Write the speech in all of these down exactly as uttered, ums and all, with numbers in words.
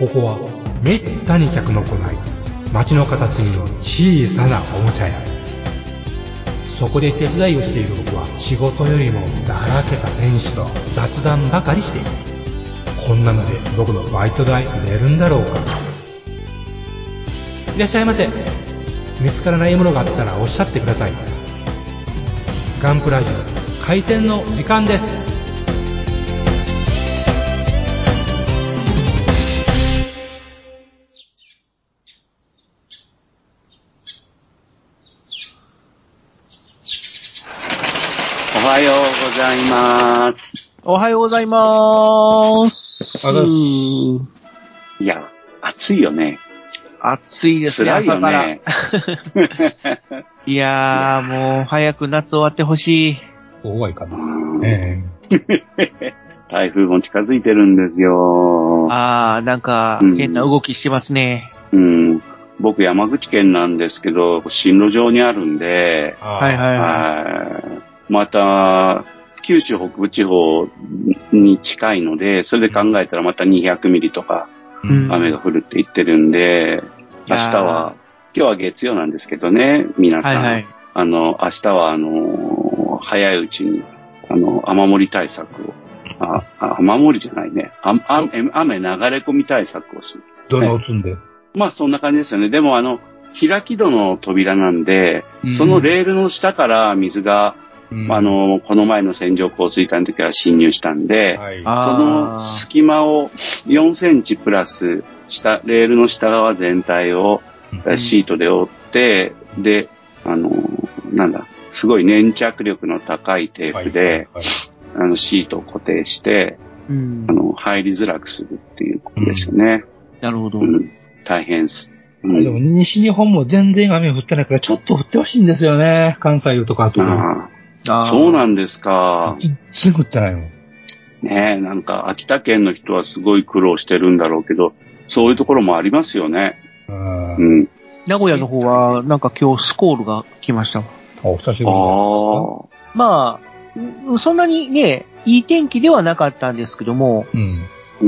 ここはめったに客の来ない街の片隅の小さなおもちゃ屋。そこで手伝いをしている僕は仕事よりもだらけた店主と雑談ばかりしている。こんなので僕のバイト代出るんだろうか。いらっしゃいませ。見つからないものがあったらおっしゃってください。ガンプラジオ開店の時間です。 おはようございます。 おはようございます。 あざっす。 いや、暑いよね。 暑いですね、 辛いよね。 朝から。いやー、もう早く夏終わってほしい。 大いかな。ええ台風も近づいてるんですよ。 あー、なんか変な動きしてますね。 うん。僕山口県なんですけど、進路上にあるんで、 はいはいはい。 はいまた、九州北部地方に近いので、それで考えたらまたにひゃくミリとか雨が降るって言ってるんで、明日は、今日は月曜なんですけどね、皆さん。はいはい、あの、明日はあの、早いうちに、あの、雨漏り対策を、あ、雨漏りじゃないね。ああ雨流れ込み対策をする、ね。 どの積んで、 まあそんな感じですよね。でもあの、開き戸の扉なんで、うん、そのレールの下から水が、うん、あの、この前の線状降水帯の時は侵入したんで、はい、その隙間をよんセンチプラス下、レールの下側全体をシートで覆って、うん、で、あの、なんだ、すごい粘着力の高いテープで、はいはいはい、あのシートを固定して、うん、あの入りづらくするっていうことですよね。 うん、なるほど、 うん。大変です。 うん、でも西日本も全然雨降ってないからちょっと降ってほしいんですよね。関西とかとか。 ああ、そうなんですか。 全然降ってないもん。 ねえ、なんか秋田県の人はすごい苦労してるんだろうけど、そういうところもありますよね。 うん。 うん、 名古屋の方はなんか今日スコールが来ました。 あ、お久しぶりですか。まあ、そんなにね、いい天気ではなかったんですけども、 うんうん、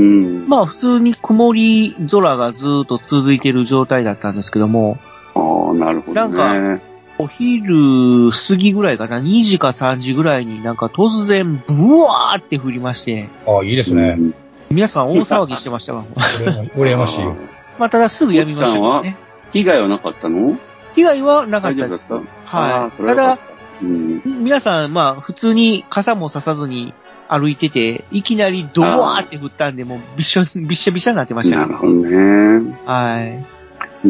まあ普通に曇り空がずっと続いている状態だったんですけども、 ああ、なるほどね。 なんか、お昼過ぎぐらいかな、にじかさんじぐらいになんか突然ブワーって降りまして。 ああ、いいですね。うん、 皆さん大騒ぎしてましたわ。 羨ましいよ。 まあただすぐやみましたけどね。 被害はなかったの？ 被害はなかったです。 はい。 ただ、うん、皆さん、まあ、普通に傘もささずに歩いてて、いきなりドワーって降ったんで、もうびっしょ、びっしゃびしゃになってましたけど。 なるほどね。 はい。 うん。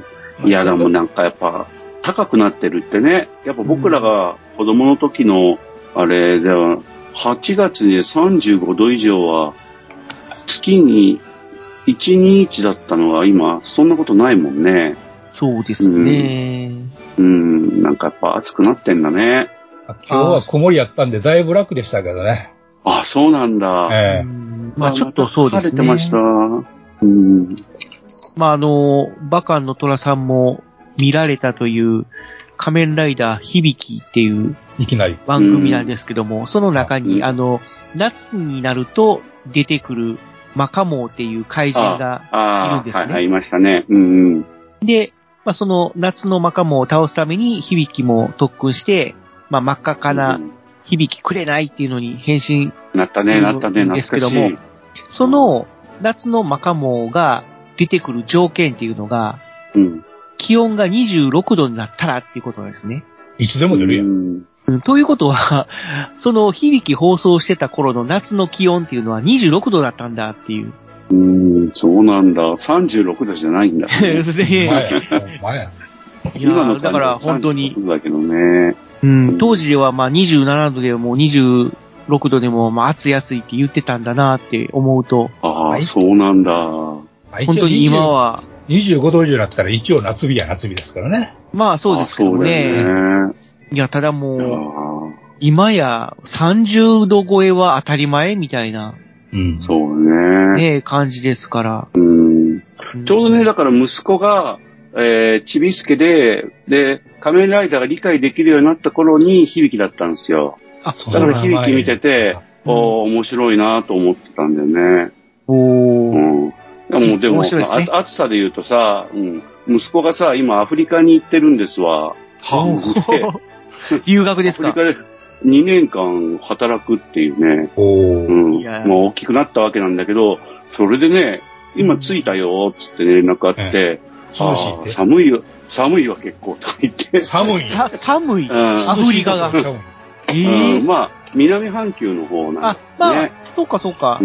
いや、でもなんかやっぱ、高くなってるってね。やっぱ僕らが子供の時の、あれでは、はちがつでさんじゅうごど以上は、月にいち、にじゅういちだったのが今、そんなことないもんね。 そうですね。 うん、うんなんかやっぱ暑くなってんだね。 今日は曇りやったんでだいぶ楽でしたけどね。 あ、そうなんだ。 ええー。まあちょっとそうですね。 晴れてました。うん、 まああの、バカンの虎さんも見られたという仮面ライダー響っていういきなり番組なんですけども、その中にあの、夏になると出てくるマカモーっていう怪人がいるんですね。 はい、はい、いましたね。うんうん、 で、まあ、その夏のマカモを倒すために響も特訓して、まあ、真っ赤かな響くれないっていうのに変身するんですけども、その夏のマカモが出てくる条件っていうのが、うん、気温がにじゅうろくどになったらっていうことなんですね。 いつでも出るやん。 うん、ということは、その響放送してた頃の夏の気温っていうのはにじゅうろくどだったんだっていう。 うーん、そうなんだ。さんじゅうろくどじゃないんだ、ね。 前や。前や。 いやー、だから本当に。 だけどね。 うん、当時ではまあにじゅうななどでもにじゅうろくどでもまあ暑い暑いって言ってたんだなって思うと。 ああ、そうなんだ。 本当に今は。 にじゅうごど以上だったら一応夏日や夏日ですからね。 まあそうですけどもね。そうだよね。いや、ただもう、今やさんじゅうど超えは当たり前みたいな。 うん、そうね。 ね感じですから。 うん。ちょうどね、だから息子が、えー、ちびすけで、で、仮面ライダーが理解できるようになった頃に響きだったんですよ。あ、そうだから響き見てて、おー、面白いなと思ってたんだよね。 おー。 うん。 もうでも、 面白いですね、 暑さで言うとさ、うん、息子がさ、今アフリカに行ってるんですわ。 はぁ。留学ですか？ アフリカでにねんかん働くっていうね。おうん。もう大きくなったわけなんだけど、それでね、今着いたよ、つって連絡あって、ええ、 涼しいって。 寒いよ、寒いわ結構とか言って。 寒いさ寒い、うん、アフリカが。 えー、うん、まあ、南半球の方なんですね。あ、 まあ、そうかそうか。うん。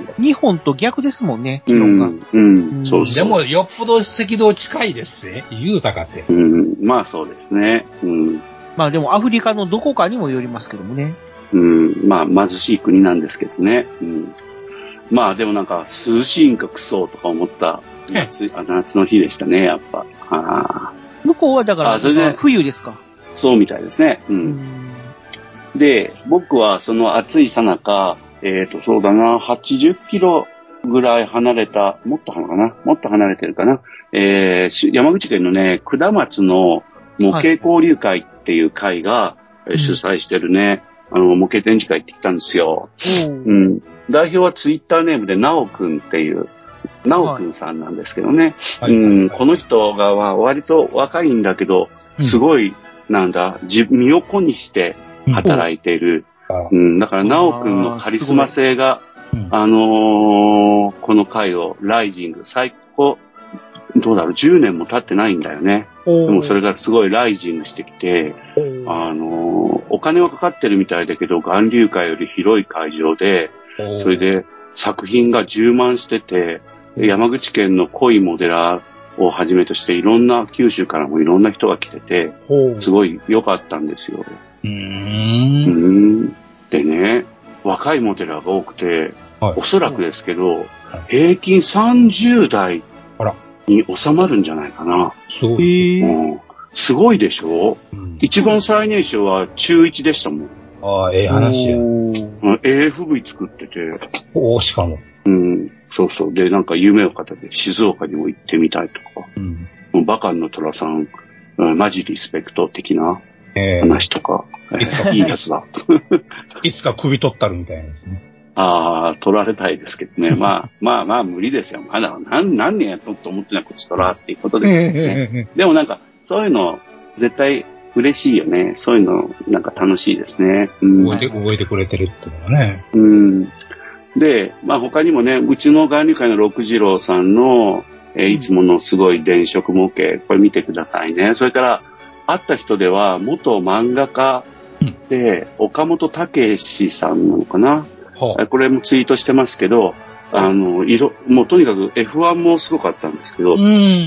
日本と逆ですもんね、気温が。うん、 うん、うん、そうそう。 でも、よっぽど赤道近いですね。言うたかって。 うん、まあそうですね。うん。 まあでも、アフリカのどこかにもよりますけどもね。 うん、まあ、貧しい国なんですけどね。うん。まあ、でもなんか、涼しいんかクソとか思った夏、夏の日でしたね、やっぱ。あ向こうはだから、それで冬ですか？ そうみたいですね。うん。で、僕はその暑いさなか、えっと、そうだな、はちじゅっキロぐらい離れた、もっと離れかなもっと離れてるかなえー、山口県のね、下松の模型交流会っていう会が、はい、主催してるね、うん、あの、模型展示会って言ったんですよ。うん。代表はツイッターネームでなおくんっていう、なおくんさんなんですけどね。はい、うん、この人が割と若いんだけど、すごい、うん、なんだ、身を粉にして働いている。うん、うん、だから、なおくんのカリスマ性が、あのー、この回を、ライジング、最高、どうだろう、じゅうねんも経ってないんだよね。でもそれがすごいライジングしてきて、あのー、お金はかかってるみたいだけど、岩流会より広い会場で、それで作品が充満してて、山口県の濃いモデラーをはじめとしていろんな九州からもいろんな人が来てて、すごい良かったんですよ。うーん。うんでね、若いモデラーが多くて、はい、おそらくですけど、平均さんじゅう代に収まるんじゃないかな。 すごい。 うん、すごいでしょ、うん、一番最年少は中いちでしたもん。 ああ、ええ話や。 うん、エーエフブイ 作ってて。 おお、しかも。 うん、そうそう。で、なんか夢を語って静岡にも行ってみたいとか。うん。もうバカンの虎さん、マジリスペクト的な話とか。えー、いつかいいやつだ。 いつか首取ったるみたいなですね。 ああ、取られたいですけどね。まあ、まあまあ無理ですよ。まだ何、何年やっとと思ってないこっち取らっていうことですよね。でもなんか、そういうの、絶対嬉しいよね。そういうの、なんか楽しいですね。 うん、覚えて、覚えてくれてるっていうのはね。 うん。で、まあ他にもね、うちの岩流会の六次郎さんの、えー、いつものすごい電飾模型、これ見てくださいね。それから、会った人では、元漫画家で、岡本武史さんなのかな。はあ、これもツイートしてますけど、あの、色、もうとにかく エフワン もすごかったんですけど、うん、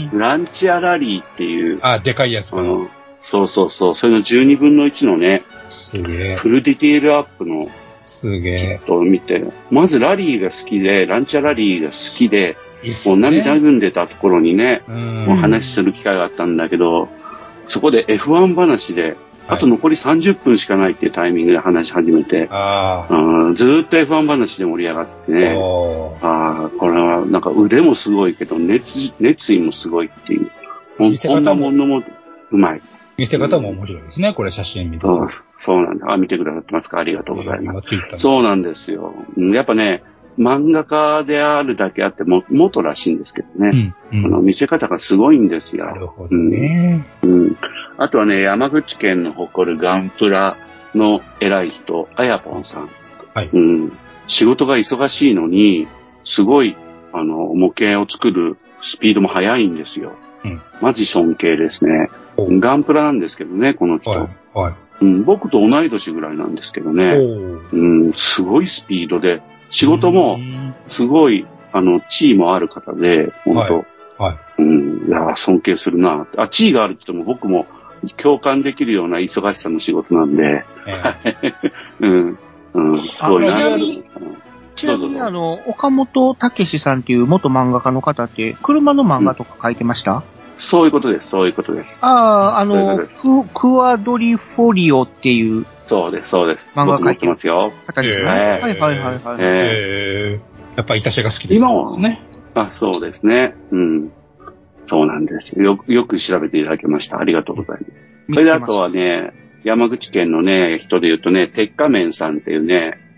ランチアラリーっていう、 あ、でかいやつかな。 そうそうそう、それのじゅうにぶんのいちのね、 すげえ。 フルディテールアップの、 すげえ。 ちょっと見て、まずラリーが好きで、ランチャラリーが好きで、いいもう涙ぐんでたところにね、もう話する機会があったんだけど、そこで エフワン 話で、あと残りさんじゅっぷんしかないっていうタイミングで話し始めて、あうん、ずーっと エフワン 話で盛り上がってね、あこれはなんか腕もすごいけど、熱、熱意もすごいっていう、こんなものもうまい。 見せ方も面白いですね、うん、これ写真見て。 そう、そうなんだ。あ、見てくださってますか？ありがとうございます。そうなんですよ。やっぱね、漫画家であるだけあっても、元らしいんですけどね。うんうん、あの見せ方がすごいんですよ。 なるほどね、 うんうん。あとはね、山口県の誇るガンプラの偉い人、あやぽんさん。はいうん。仕事が忙しいのに、すごい、あの、模型を作るスピードも速いんですよ。うん、マジ尊敬ですね。ガンプラなんですけどね、この人。はいはいうん、僕と同い年ぐらいなんですけどね。うん、すごいスピードで、仕事もすごい、あの、地位もある方で、本当、はいはいうん、いや、尊敬するな。あ、地位があるって言っても僕も共感できるような忙しさの仕事なんで、えー、うん、うん、すごいな。 ちなみに、ちなみにあの、岡本武史さんっていう元漫画家の方って、車の漫画とか書いてました？うんそういうことです、そういうことです。 ああ、あの、ク、クワドリフォリオっていう。 そうです、そうです。 漫画書いてますよ。 方ですね。えー、はいはいはいはい。 えー、やっぱりいたしが好きですね。 あ、そうですね。うん。そうなんですよ。よく、よく調べていただきました。ありがとうございます。それであとはね、山口県のね、人で言うとね、鉄仮面さんっていうね、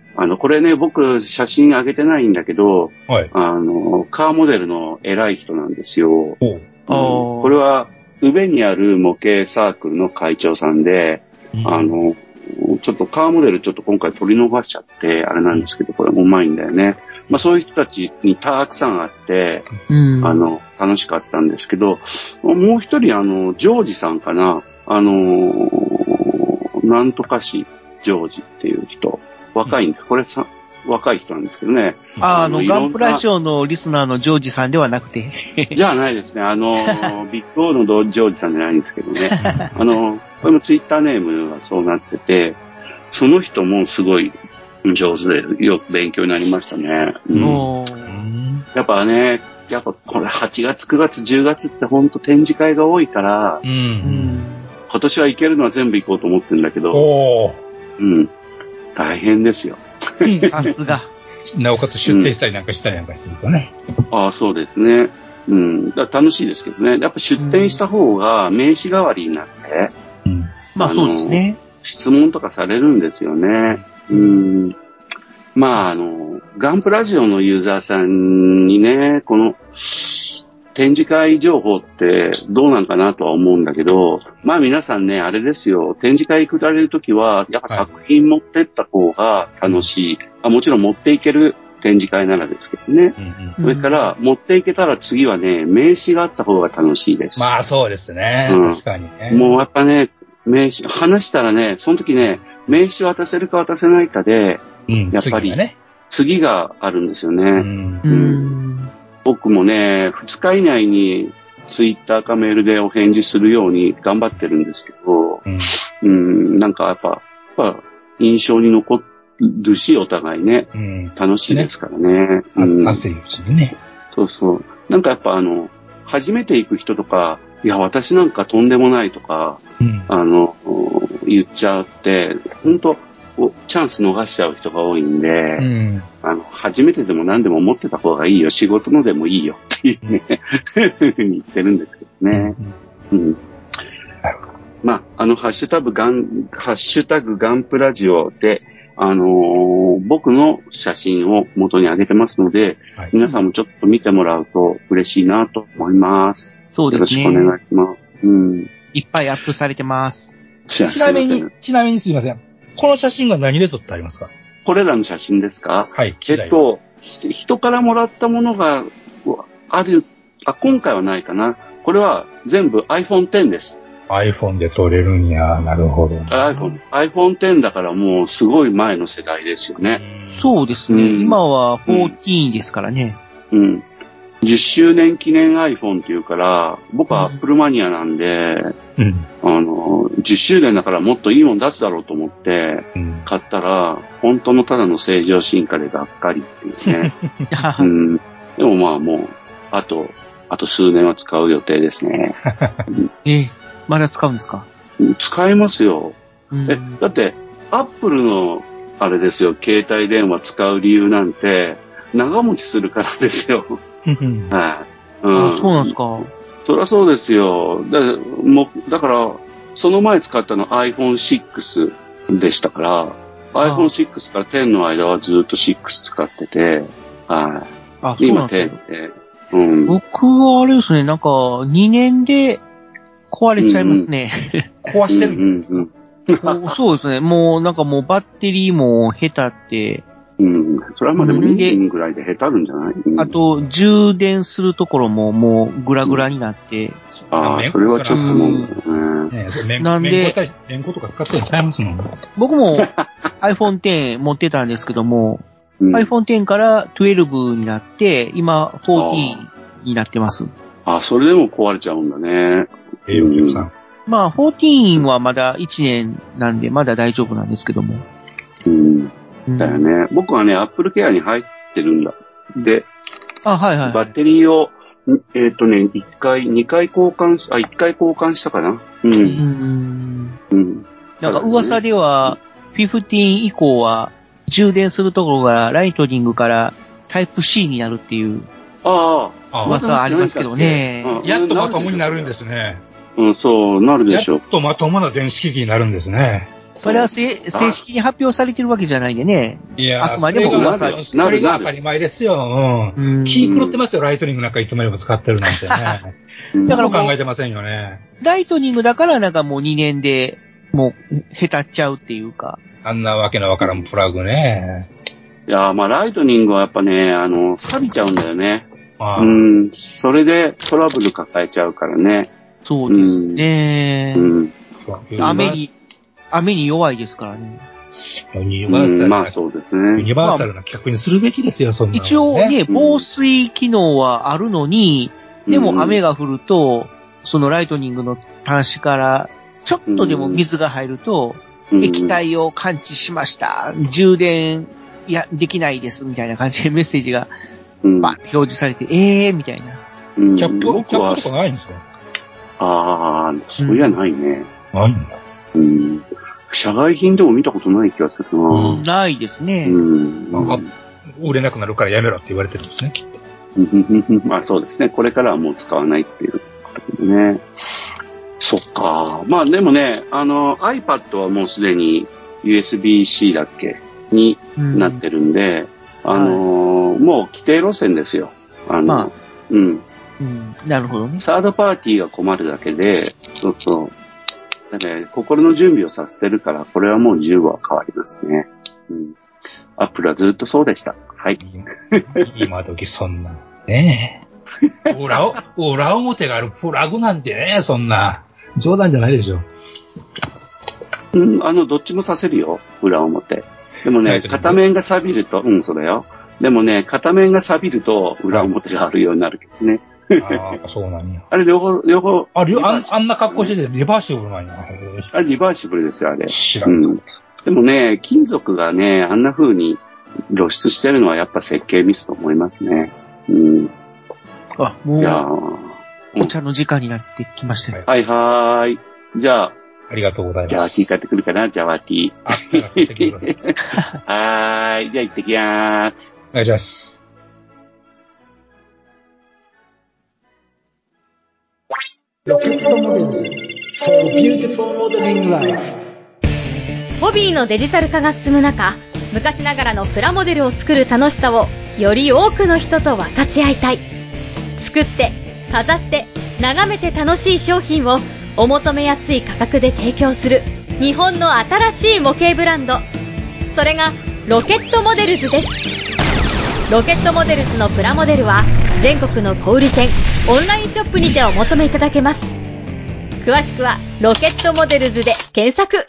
あの、これね、僕、写真上げてないんだけど、 はい。 あの、カーモデルの偉い人なんですよ。 おう。 これは、宇部にある模型サークルの会長さんで、うん、あの、ちょっとカーモデルちょっと今回取り逃しちゃって、あれなんですけど、これもうまいんだよね。まあそういう人たちにたくさんあって、うん、あの、楽しかったんですけど、もう一人あの、ジョージさんかな、あの、なんとかしジョージっていう人、若いんです。これさ、若い人なんですけどね。 あ、あの、ガンプラジオのリスナーのジョージさんではなくて。 じゃあないですね。あの、ビッグオーのジョージさんじゃないんですけどね。あの、これもツイッターネームがそうなってて、その人もすごい上手でよく勉強になりましたね。うん、やっぱね、やっぱこれはちがつ、くがつ、じゅうがつってほんと展示会が多いから、うん、今年は行けるのは全部行こうと思ってるんだけど、おうん、大変ですよ。 さすが。 なおかつ出店したりなんかしたりなんかするとね。 うん、ああ、そうですね。うん。だ楽しいですけどね。やっぱ出店した方が名刺代わりになって、 うん、まあそうですね。 質問とかされるんですよね。うん。まああの、ガンプラジオのユーザーさんにね、この展示会情報ってどうなんかなとは思うんだけど、まあ皆さんね、あれですよ、展示会行かれるときは、やっぱ作品持ってった方が楽しい。はい、あもちろん持っていける展示会ならですけどね。うんうん、それから持っていけたら次はね、名刺があった方が楽しいです。 まあそうですね。うん、確かにね。 もうやっぱね、名刺、話したらね、その時ね、名刺渡せるか渡せないかで、うん、やっぱり次が、ね、次があるんですよね。うんうん、僕もね、ふつか以内にツイッターかメールでお返事するように頑張ってるんですけど、うん、うんなんかやっぱ、やっぱ印象に残るし、お互いね、うん、楽しいですからね。 熱いうちにね。 そうそう。なんかやっぱあの、初めて行く人とか、いや、私なんかとんでもないとか、うん、あの、言っちゃって、本当チャンス逃しちゃう人が多いんで、うん、あの、初めてでも何でも持ってた方がいいよ、仕事のでもいいよっていうね、ふうに言ってるんですけどね。うん。うん、まあ、あの、ハッシュタグガン、ハッシュタグガンプラジオで、あのー、僕の写真を元に上げてますので、はい、皆さんもちょっと見てもらうと嬉しいなと思います。 そうですね。 よろしくお願いします。うん。 いっぱいアップされてます。 ちなみに、ちなみにすいません。この写真が何で撮ってありますか？ これらの写真ですか？ はい。 えっと、人からもらったものがある、あ、今回はないかな。これは全部 アイフォンテン です。 iPhone で撮れるんや、なるほど、ね。 iPhone、アイフォンテン だからもうすごい前の世代ですよね。 そうですね。うん、今はじゅうよんですからね。 うん。うんじゅっしゅうねん記念 iPhone っていうから、僕は Apple マニアなんで、うん、あの、じゅっしゅうねんだからもっといいもん出すだろうと思って、買ったら、本当のただの正常進化でがっかりっていうね。うん、でもまあもう、あと、あと数年は使う予定ですね。 ええ、まだ使うんですか？ 使えますよ。うん、え、だって、Apple の、あれですよ、携帯電話使う理由なんて、長持ちするからですよ。はい、うん。 あ、そうなんですか。 そりゃそうですよ。だ、もだから、その前使ったの アイフォンシックス でしたから、アイフォンシックス からじゅうの間はずっとろく使ってて、はい。 あ、そうなんですか。 今じゅうで、うん。 僕はあれですね、なんか、にねんで壊れちゃいますね。 うんうん、壊してるんですか、 うんうん、そうですね。もうなんかもうバッテリーも下手って、 うん。それはまあでもにねんぐらいで下手るんじゃない？うん、 あと、充電するところももうグラグラになって。 うん、ああ、それはちょっともう、 ね。ねなんで、メンコとか使ってんちゃいますもん。 僕も アイフォンテン 持ってたんですけども、うん、アイフォンテン からじゅうにになって、今じゅうよんになってます。 ああ、それでも壊れちゃうんだね。 ええ、お客さん。 まあ、じゅうよんはまだいちねんなんで、まだ大丈夫なんですけども。 うんだよね。僕はね、アップルケアに入ってるんだ。で、 あ、はいはい、はい。 バッテリーを、えっ、ー、とね、いっかい、にかい交換し、あ、いっかい交換したかな。うん。うん。うん。 なんか噂では、じゅうご以降は、充電するところがライトニングからタイプ C になるっていう。 ああ。 噂はありますけどね。 やっとまともになるんですね。 うん、そう、なるでしょう。 やっとまともな電子機器になるんですね。 それは正式に発表されてるわけじゃないんでね。 いや、 あくまでも噂です。それが当たり前ですよ。うん。気狂ってますよ、ライトニングなんかいつまでも使ってるなんてね。だから考えてませんよね。 ライトニングだからなんかもうにねんで、もう、へたっちゃうっていうか。 あんなわけのわからんプラグね。 いやー、まあ、ライトニングはやっぱね、あの、錆びちゃうんだよね。あうん。それでトラブル抱えちゃうからね。 そうですね。うん。雨に、雨に弱いですからね。 ユニバーサル、うん、 まあそうですね。 ユニバーサルな企画にするべきですよ、そんな、ね。 一応ね、防水機能はあるのに、うん、でも雨が降ると、そのライトニングの端子から、ちょっとでも水が入ると、うん、液体を感知しました。充電、いや、できないです、みたいな感じでメッセージが、バンって表示されて、ええー、みたいな。 キャップ、キャップとかないんですか？ ああ、そういやないね。 ないんだ。 うん。社外品でも見たことない気がするな、うん、 ないですね。 うん。 なんか、売れなくなるからやめろって言われてるんですね、きっと。 まあそうですね。これからはもう使わないっていうことでね。そっか。まあでもね、あの、iPad はもうすでに ユーエスビー-C だっけになってるんで、うん、あの、はい、もう規定路線ですよ。あの、まあ、うん。 うん、なるほどね。 サードパーティーが困るだけで、そうそう。だね、心の準備をさせてるから、これはもうじゅうは変わりますね。うん。アップルはずっとそうでした。はい。 今時そんな。ねえ。裏を、裏表があるプラグなんてね、そんな。冗談じゃないでしょ。 うん、あの、どっちもさせるよ。裏表。でもね、片面が錆びると、うん、そうだよ。でもね、片面が錆びると、裏表があるようになるけどね。 ああ、そうなんや。 あれ、両方、両方。 あ、あん、あんな格好してて、リバーシブルなんや。 あれ、リバーシブルですよ、あれ。 知らん。うん。 でもね、金属がね、あんな風に露出してるのはやっぱ設計ミスと思いますね。うん。 あ、もう、いやお茶の時間になってきましたね。 はいはーい。じゃあ、 ありがとうございます。 ジャワティー買ってくるかな、ジャワティー。 あ、買ってくる。 はーい。じゃあ行ってきまーす。 お願いします。 ロケットモデル for beautiful modeling life。 ホビーのデジタル化が進む中、昔ながらのプラモデルを作る楽しさをより多くの人と分かち合いたい。作って、飾って、眺めて楽しい商品をお求めやすい価格で提供する日本の新しい模型ブランド。それがロケットモデルズです。ロケットモデルズのプラモデルは全国の小売店、オンラインショップにてお求めいただけます。詳しくはロケットモデルズで検索。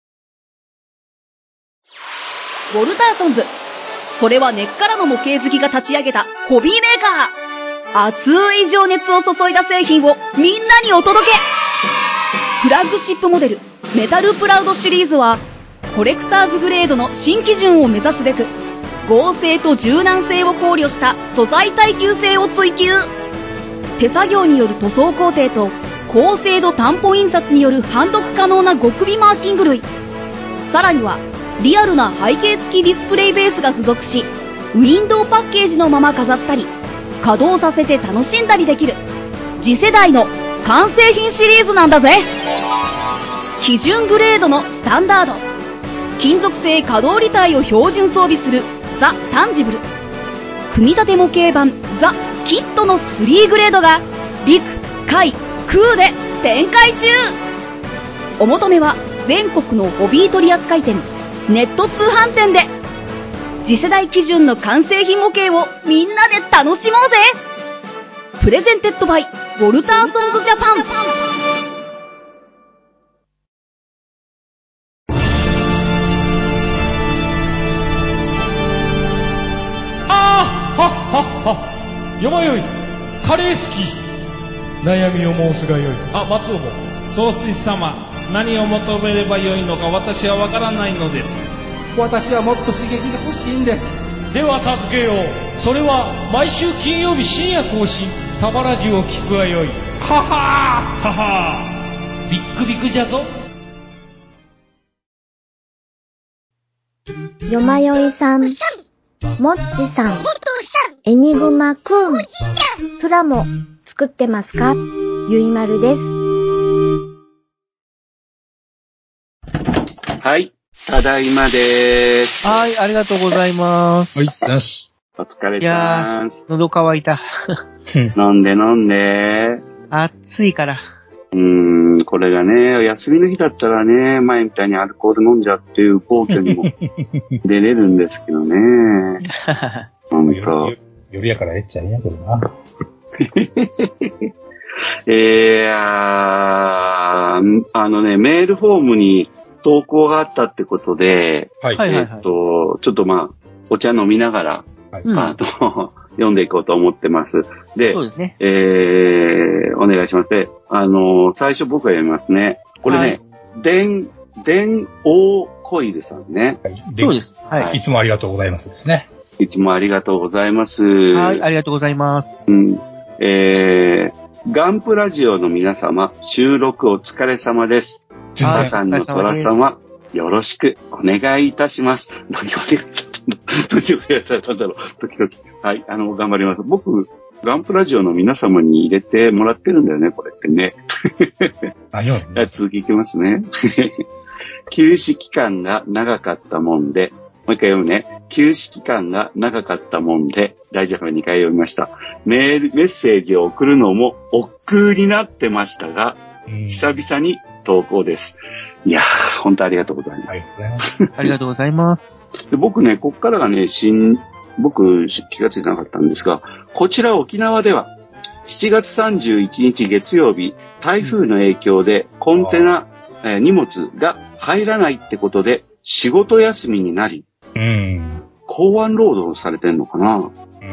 ウォルターソンズ、それは根っからの模型好きが立ち上げたホビーメーカー。熱い情熱を注いだ製品をみんなにお届け。フラッグシップモデルメタルプラウドシリーズはコレクターズグレードの新基準を目指すべく、合成と柔軟性を考慮した素材耐久性を追求。手作業による塗装工程と高精度担保印刷による判読可能な極微マーキング類、さらにはリアルな背景付きディスプレイベースが付属し、ウィンドウパッケージのまま飾ったり稼働させて楽しんだりできる次世代の完成品シリーズなんだぜ。基準グレードのスタンダード、金属製可動履帯を標準装備するザ・タンジブル、組み立て模型版ザ・キットのスリーグレードが陸・海・空で展開中。お求めは全国のホビー取扱店、ネット通販店で。次世代基準の完成品模型をみんなで楽しもうぜ。プレゼンテッドバイウォルターソンズジャパン。 あーはっはっは。よまよいカレー好き。悩みを申すがよい。あ、松尾も。 総帥様、何を求めればよいのか私はわからないのです。 私はもっと刺激が欲しいんです。では助けよう。それは毎週金曜日深夜更新、サバラジュを聞くがよい。ははーははー、ビックビックじゃぞ。 よまよいさん、もっちさん、エニグマくん、プラモ作ってますか？ゆいまるです。 はい。ただいまでーす。 はい、ありがとうございます。 はい、よし。 お疲れさーん。 喉乾いた。 飲んで飲んで。 暑いから。 うーん、これがね、休みの日だったらね、前みたいにアルコール飲んじゃっていう皇居にも出れるんですけどね。ほんと。 夜やからえっちゃいいんやけどな。 えー、あのね、メールフォームに投稿があったってことで、 はい、 えっと、ちょっとまあ、お茶飲みながら、はい、あの、読んでいこうと思ってます。で、 そうですね。 えー、お願いします。で、あの、最初僕が読みますね。これね、はい、電、電王コイルさんね。 はい、そうです。 はい。いつもありがとうございますですね。 いつもありがとうございます。 はい、ありがとうございます。 うん。えー、ガンプラジオの皆様、収録お疲れ様です。バカンの虎様、よろしくお願いいたします。何をお願いされたんだ何をお願いされたんだろう時々。はい、あの、頑張ります。僕、ガンプラジオの皆様に入れてもらってるんだよね、これってね。 何を続きいきますね。休止期間が長かったもんで、もう一回読むね。休止期間が長かったもんで、大事だからにかい読みました。メール、メッセージを送るのも億劫になってましたが、久々に投稿です。いやー、本当ありがとうございます。 ありがとうございます。 で僕ね、こっからがね、新、僕気がついてなかったんですが、こちら沖縄では、しちがつさんじゅういちにち月曜日、台風の影響でコンテナ、えー、荷物が入らないってことで、仕事休みになり、 うん、 港湾労働されてんのかな、うん、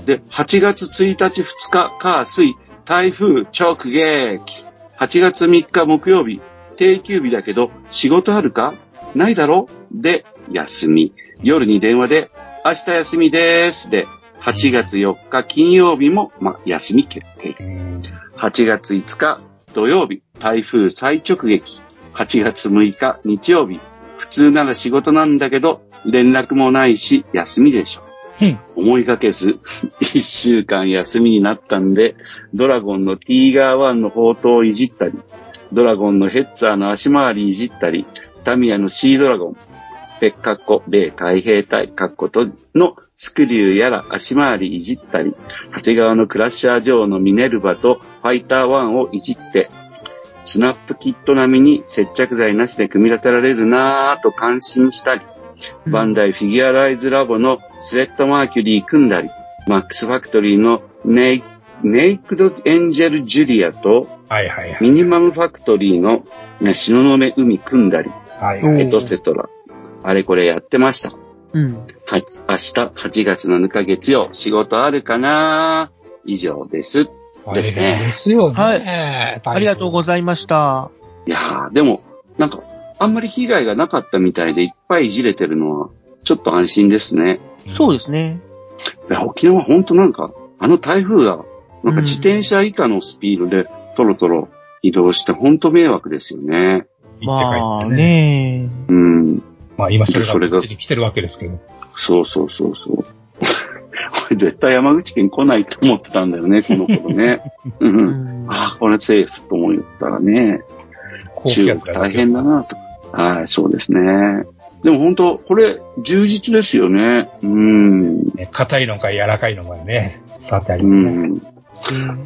で、はちがつついたちふつか、火水、台風直撃。はちがつみっか木曜日、定休日だけど、仕事あるかないだろで、休み。夜に電話で、明日休みでーす。で、はちがつよっか金曜日も、ま、休み決定。はちがついつか土曜日、台風再直撃。はちがつむいか日曜日、普通なら仕事なんだけど、連絡もないし、休みでしょ。 うん、 思いがけず、一週間休みになったんで、ドラゴンのティーガーワンの砲塔をいじったり、ドラゴンのヘッツァーの足回りいじったり、タミヤのシードラゴン、ペッカッコ、米海兵隊、カッコとのスクリューやら足回りいじったり、長谷川のクラッシャージョーのミネルヴァとファイターワンをいじって、スナップキット並みに接着剤なしで組み立てられるなぁと感心したり、バンダイフィギュアライズラボのスレッドマーキュリー組んだり、マックスファクトリーのネイ、ネイクドエンジェルジュリアと、 はいはいはい、 ミニマムファクトリーの東雲海組んだり、 はいはい、 エトセトラ。あれこれやってました。 うん。 はい。明日はちがつなのか月曜、仕事あるかな以上です。ですね。 ですよね。 はい。ありがとうございました。 いやー、でも、なんか、あんまり被害がなかったみたいでいっぱいいじれてるのは、ちょっと安心ですね。 そうですね。 いや、沖縄ほんとなんか、あの台風が、なんか自転車以下のスピードでトロトロ移動してほんと迷惑ですよね。 まあね。 うん。 まあ今それが出てきてるわけですけど。 そうそうそうそう。これ絶対山口県来ないと思ってたんだよね、この頃ね。うん。ああ、これセーフと思ったらね。中国大変だなと。はい、そうですね。でも本当、これ、充実ですよね。うん。 硬いのか柔らかいのかね、触ってありますね。うん。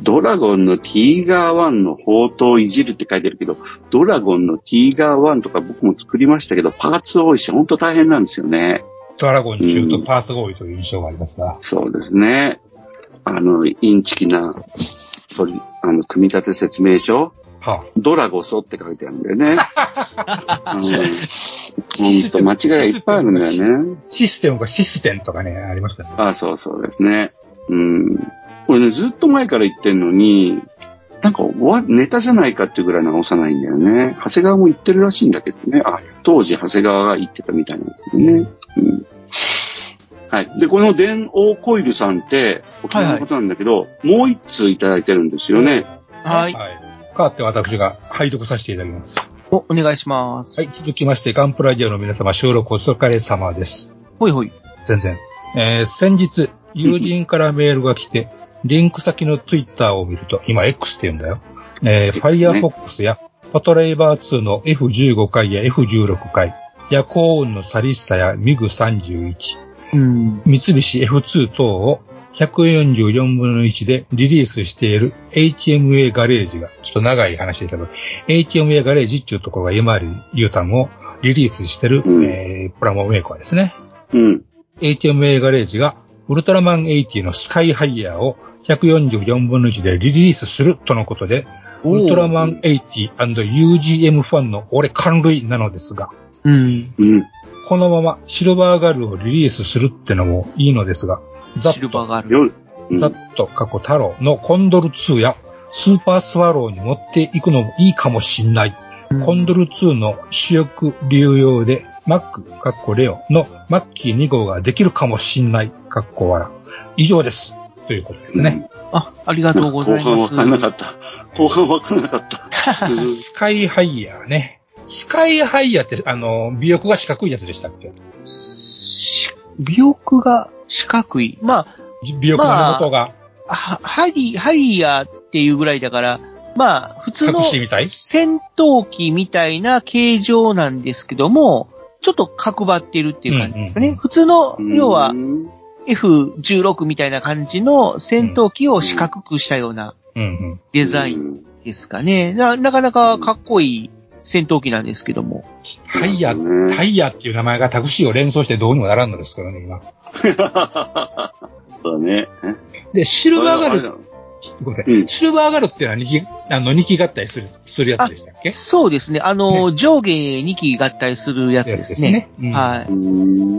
ドラゴンのティーガーワンの砲塔をいじるって書いてるけど、ドラゴンのティーガーワンとか僕も作りましたけど、パーツ多いし、本当大変なんですよね。 ドラゴン中とパーツが多いという印象がありますが、 うん。そうですね。あの、インチキな、あの、組み立て説明書。 はあ、 ドラゴソって書いてあるんだよね。ほんと間違いがいっぱいあるんだよね。 システムがシステムとかね、ありましたね。 ああ、そうそうですね。うん。これね、ずっと前から言ってんのに、なんか、ネタじゃないかっていうぐらい直さないんだよね。長谷川も言ってるらしいんだけどね。あ、当時長谷川が言ってたみたいなんだけどね。うん。はい。で、この電王コイルさんって、沖縄のことなんだけど、はいはい、もう一通いただいてるんですよね。 はい。 はい代わって私が拝読させていただきます。 お、お願いします。 はい、続きまして、ガンプラジオの皆様、収録お疲れ様です。 ほいほい。 全然。えー、先日、友人からメールが来て、リンク先のツイッターを見ると、今 X って言うんだよ。えー、ね、Firefox やパトレイバーツーの エフじゅうご 回や エフじゅうろく 回、 夜行運のサリッサやミグさんじゅういち、 うん、 三菱 エフツー 等をひゃくよんじゅうよんぶんのいちでリリースしている エイチエムエー ガレージが、ちょっと長い話ですけど、エイチエムエー ガレージっていうところがエムアール U タンをリリースしてる、うん、えー、プラモメーカーですね。 うん。 エイチエムエー ガレージがウルトラマンはちじゅうのスカイハイヤーをひゃくよんじゅうよんぶんのいちでリリースするとのことで、ウルトラマンはちじゅう ユージーエム ファンの俺感類なのですが、 うん。 うん。 このままシルバーガルをリリースするってのもいいのですが、 ザッと、 ザッと過去太郎のコンドルツーやスーパースワローに持っていくのもいいかもしんない。うん、コンドルツーの主翼流用でマック、カッコレオのマッキーに号ができるかもしんない、カッコワラ。以上です。ということですね。 うん、あ、ありがとうございます。 後半わからなかった。後半わからなかった。 スカイハイヤーね。スカイハイヤーって、あの、尾翼が四角いやつでしたっけ？ 尾翼が四角い。まあ、 尾翼の根元が。 まあ、ハリ、ハリヤーっていうぐらいだから、まあ、普通の戦闘機みたいな形状なんですけども、ちょっと角張ってるっていう感じですかね。うんうん、普通の、要は、エフじゅうろく みたいな感じの戦闘機を四角くしたようなデザインですかね。な, なかなかかっこいい戦闘機なんですけども。 ハイヤー、ハイヤーっていう名前がタクシーを連想してどうにもならんのですからね、今。 そうね。 で、シルバーガル、ごめんなさい、うん、シルバーガルっていうのはにき、あの、にき合体する、するやつでしたっけ？ そうですね。あの、ね、上下にき合体するやつですね。ですね、うん、はい。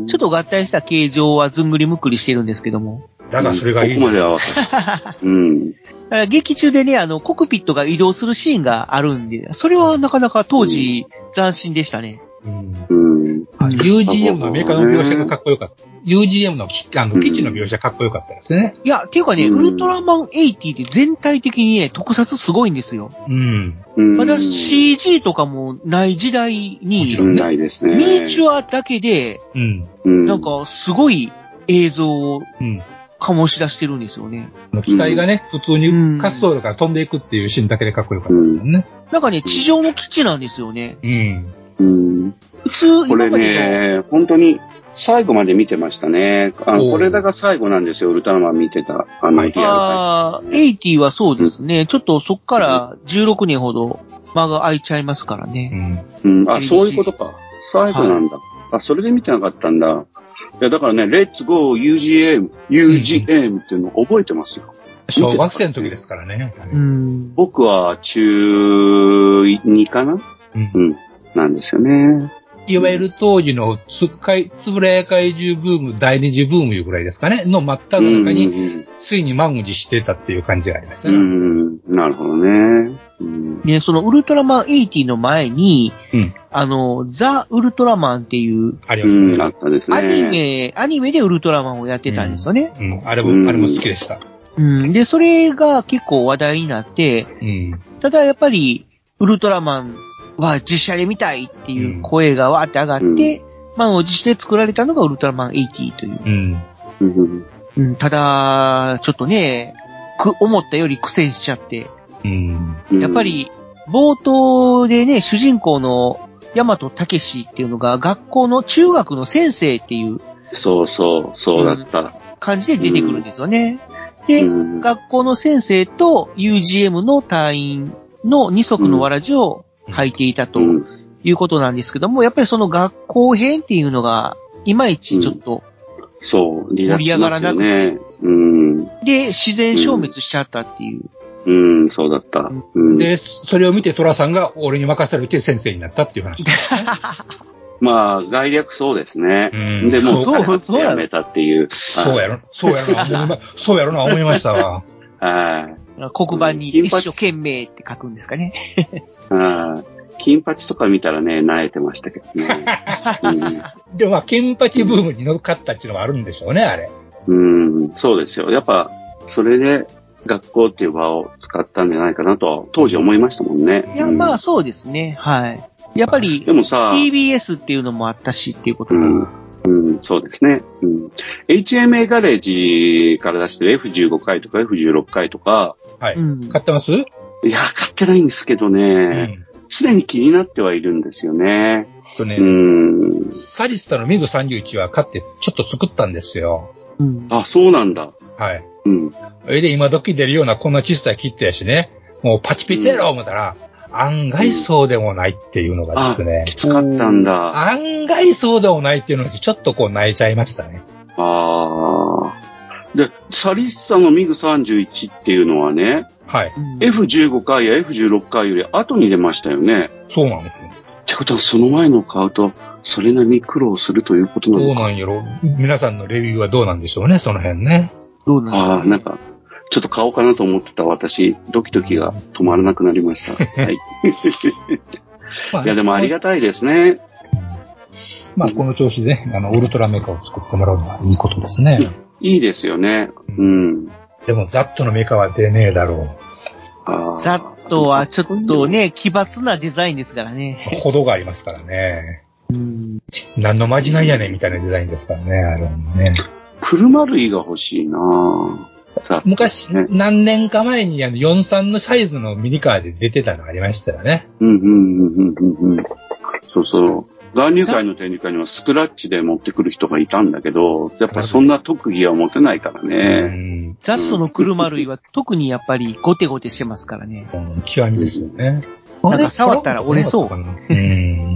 ちょっと合体した形状はずんぐりむっくりしてるんですけども。 だがそれがいい。 ここまで合わせうん。 劇中でね、あの、コクピットが移動するシーンがあるんで、それはなかなか当時、斬新でしたね。 うん。うん、ユージーエム のメーカーの描写がかっこよかった。ユージーエム のあの基地の描写かっこよかったですね。 いや、っていうかね、うん、ウルトラマンはちじゅうって全体的にね、特撮すごいんですよ。 うん。 まだ シージー とかもない時代に、 もちろんないですね。 ミニチュアだけで、 うん。 なんかすごい映像を、うん醸し出してるんですよね。 機体がね、うん、普通に滑走路から飛んでいくっていうシーンだけでかっこよかったですよね。 うん、なんかね、地上の基地なんですよね。 うん。 うん。 普通、 これね、本当に最後まで見てましたね。あの、これだが最後なんですよ、ウルトラマン見てた。あの、リアルタイム。 ああ、はちじゅうはそうですね。うん、ちょっとそっからじゅうろくねんほど間が空いちゃいますからね。 うん。うん、あ、そういうことか。最後なんだ。はい、あ、それで見てなかったんだ。いや、だからね、レッツゴー ユージーエム、ユージーエム っていうのを覚えてますよ。 小学生の時ですからね。 うん、 僕は中にかな、うん、うん。なんですよね。 いわゆる当時のつかい、つぶらや怪獣ブーム、第二次ブームいうぐらいですかね。の真っ只中に、ついに満を持してたっていう感じがありましたね。 うん、なるほどね。うん、 ね、そのウルトラマンはちじゅうの前に、 うん、 あの、ザ・ウルトラマンっていう、 ありましたね。 うん、あったですね。 アニメ、アニメでウルトラマンをやってたんですよね。 うん、うん、あれも、あれも好きでした。 うん、で、それが結構話題になって、 うん、 ただやっぱり、ウルトラマンは実写で見たいっていう声がわーって上がって、うん、満を持して作られたのがウルトラマンはちじゅうという。 うんうん、ただ、ちょっとね、く、思ったより苦戦しちゃって、 うん、 やっぱり、冒頭でね、主人公の大和武史っていうのが学校の中学の先生っていう。 そうそう、そうだった。 感じで出てくるんですよね。うん、で、うん、学校の先生と ユージーエム の隊員の二足のわらじを履いていたということなんですけども、やっぱりその学校編っていうのが、いまいちちょっと、 そう、 盛り上がらなくて、 うん、 で、自然消滅しちゃったっていう。 うん、うん、そうだった、うん。 で、それを見てトラさんが俺に任せられて先生になったっていう話ですね。 まあ、概略そうですね。 うん、 で、もう彼はやめたっていう。 そうやろ、そうやろな、思いま、そうやろな、思いましたわ。 はい。 黒板に一生懸命って書くんですかね。 はい。金八とか見たらね、萎えてましたけどね。 うん、でもまあ、金八ブームに乗っかったっていうのがあるんでしょうね、あれ。 うん、そうですよ。やっぱ、それで学校っていう場を使ったんじゃないかなと、当時思いましたもんね。 いや、うん、まあそうですね。はい。やっぱり、 でもさ、 ティービーエス っていうのもあったしっていうことで。 うん、うん、そうですね。うん、エイチエムエー ガレージから出してる エフじゅうご 回とか エフじゅうろっ 回とか。 はい。うん、買ってます？いや、買ってないんですけどね。す、う、で、ん、に気になってはいるんですよね。 とね、 うん。 サリッサのミグさんじゅういちは買ってちょっと作ったんですよ。 うん。 あ、そうなんだ。 はい。 うん。 それで今時出るようなこんな小さいキットやしね、もうパチピテロ思ったら、うん、案外そうでもないっていうのがですね。 あ、きつかったんだ。 案外そうでもないっていうのにちょっとこう泣いちゃいましたね。 ああ。で、サリッサのミグさんじゅういちっていうのはね、 はい。 エフじゅうご 回や エフじゅうろく 回より後に出ましたよね。 そうなんですよ。 ってことはその前のを買うと、それなりに苦労するということなのか。 どうなんやろ。皆さんのレビューはどうなんでしょうね、その辺ね。 どうなんでしょう、ね。 ああ、なんか、ちょっと買おうかなと思ってた私、ドキドキが止まらなくなりました。はい。いや、でもありがたいですね。 まあ、この調子でね、あの、ウルトラメカを作ってもらうのはいいことですね。 いいですよね。うん。 でも、ザットのメカは出ねえだろう。ザットはちょっとね、奇抜なデザインですからね。 程がありますからね。 うん。 何のまじないやねんみたいなデザインですからね、あれもね。 車類が欲しいなぁ。 昔、ね、何年か前にあのよんじゅうさんのサイズのミニカーで出てたのありましたよね。 うんうんうんうんうんうん。そうそう。残入会の展示会にはスクラッチで持ってくる人がいたんだけど、やっぱそんな特技は持てないからね。 ザットの車類は特にやっぱりゴテゴテしてますからね。 うん、極みですよね。 なんか触ったら折れそう。 うん。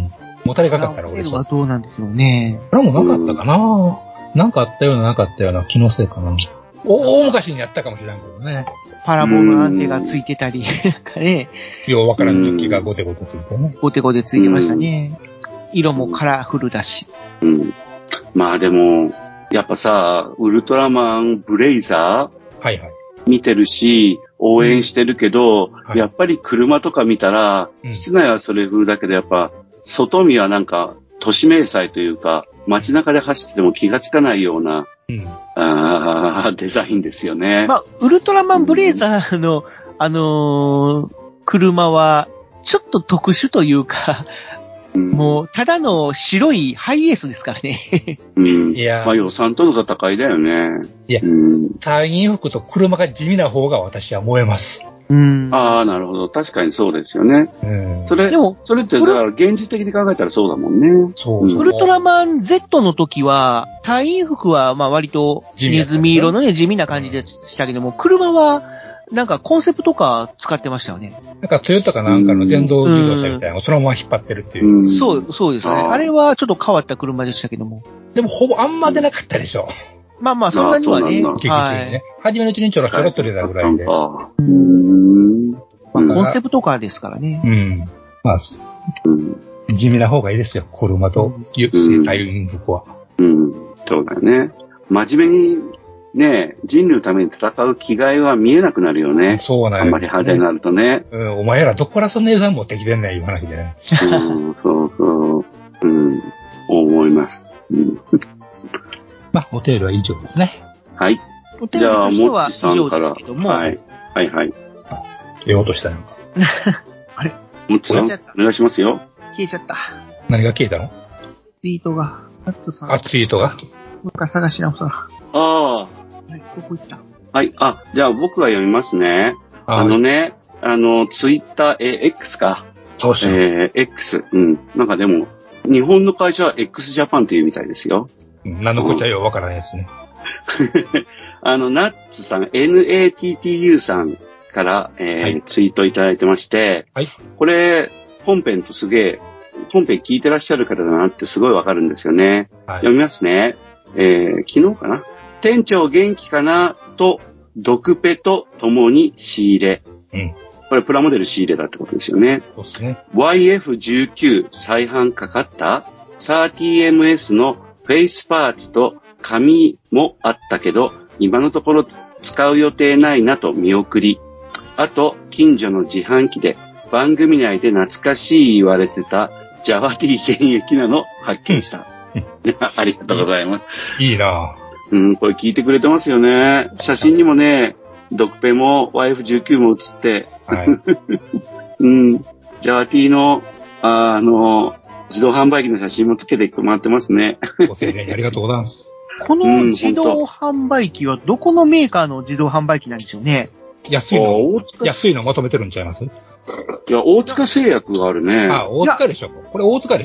もたれかかったら折れそう。 はどうなんですよね。 これもなかったかな、なんかあったようななかったような気のせいかな。大昔にやったかもしれないけどね。 パラボのアンテがついてたり、なんかね。 ようわからん抜きがゴテゴテついてね。 ゴテゴテついてましたね。色もカラフルだし。 うん。まあでも、やっぱさ、ウルトラマンブレイザーはいはい。 見てるし、応援してるけど、うんはい、やっぱり車とか見たら、うん、室内はそれ風だけど、やっぱ、外見はなんか、都市迷彩というか、街中で走ってても気がつかないような、うん、あデザインですよね。 まあ、ウルトラマンブレイザーの、うん、あのー、車は、ちょっと特殊というか、うん、もう、ただの白いハイエースですからね。 うん。いや。まあ予算との戦いだよね。 いや、うん、隊員服と車が地味な方が私は燃えます。 うん。 ああ、なるほど。確かにそうですよね。うん。それ、でも、それって、だから現実的に考えたらそうだもんね。 そう。うん、ウルトラマン Z の時は、隊員服は、まあ割と、ネズミ色のね、地味な感じでしたけども、車は、なんかコンセプトカー使ってましたよね。 なんかトヨタかなんかの電動自動車みたいなのをそのまま引っ張ってるっていう。 うん、そう、そうですね。あれはちょっと変わった車でしたけども。 でもほぼあんま出なかったでしょ。 まあまあ、そんなにはね。 劇中にね。初めのうちにちょろちょろっと出たぐらいで。 うんまあ、コンセプトカーですからね。 うん。まあ、地味な方がいいですよ。車と隊員服は。 うん。そうだよね。真面目に、ねえ、人類のために戦う気概は見えなくなるよね。 そうなんよ、ね。 あんまり派手になるとね。 うん、お前らどこからそんな予算持ってきてんねん、言わなきゃね。 うん、そうそう。うん、思います。うん、 まあ、お手入れは以上ですね。 はい。 お手入れとしては以上ですけども。 はい。はいはい。 言おうとしたのか。 あれもっちさん、お願いしますよ。 消えちゃった。 何が消えたの？ ツイートが。ナッツさん。 あ、ツイートが？ もう一回探し直そう。 ああ。 はい、どこ行った？ はい、あ、じゃあ僕が読みますね。あのね、あの、ツイッター、え、X か。 そうしよう。 えー、X。うん。なんかでも、日本の会社は X ジャパンというみたいですよ。 何のこっちゃようわからないですね。 あの、ナッツさん、エヌエーティーティーユー さんから、えーはい、ツイートいただいてまして、 はい。 これ、本編とすげえ、本編聞いてらっしゃる方だなってすごいわかるんですよね。はい、読みますね。えー、昨日かな。店長元気かなと、ドクペと共に仕入れ。 うん。 これプラモデル仕入れだってことですよね。 そうですね。 ワイエフじゅうきゅう 再販かかった サーティーエムエス のフェイスパーツと紙もあったけど、今のところ使う予定ないなと見送り。あと、近所の自販機で番組内で懐かしい言われてたジャワティ現役なの発見した。ありがとうございます。 いいなぁ。 うん、これ聞いてくれてますよね。写真にもね、ドクペも ワイエフじゅうきゅう も写って、はい、うん、ジャワティの、あ, あの、自動販売機の写真もつけてもらってますね。 ご丁寧にありがとうございます。 この自動販売機はどこのメーカーの自動販売機なんでしょうね。 安いの、安いのまとめてるんちゃいます？いや、大塚製薬があるね。 あ、大塚でしょ。これ大塚でしょ。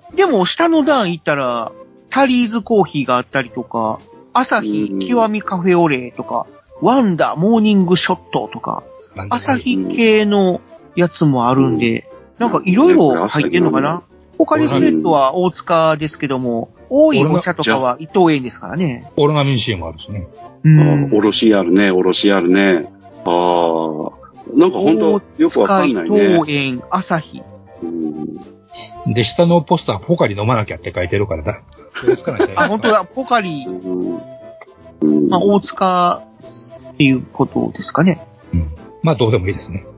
でも下の段行ったら、タリーズコーヒーがあったりとか、朝日極みカフェオレとか、ワンダモーニングショットとか、朝日系のやつもあるんで、なんかいろいろ入ってんのかな。ポカリスエットは大塚ですけども、多いお茶とかは伊藤園ですからね。 オルガミン C もあるしね。 うん。おろしあるね、おろしあるね。ああ。なんかほんとよくわかんないね。 伊藤園、朝日。 うん。で、下のポスター、ポカリ飲まなきゃって書いてるからだ。 あ、本当だ、ポカリ。うん、まあ、大塚っていうことですかね。 うん。まあ、どうでもいいですね。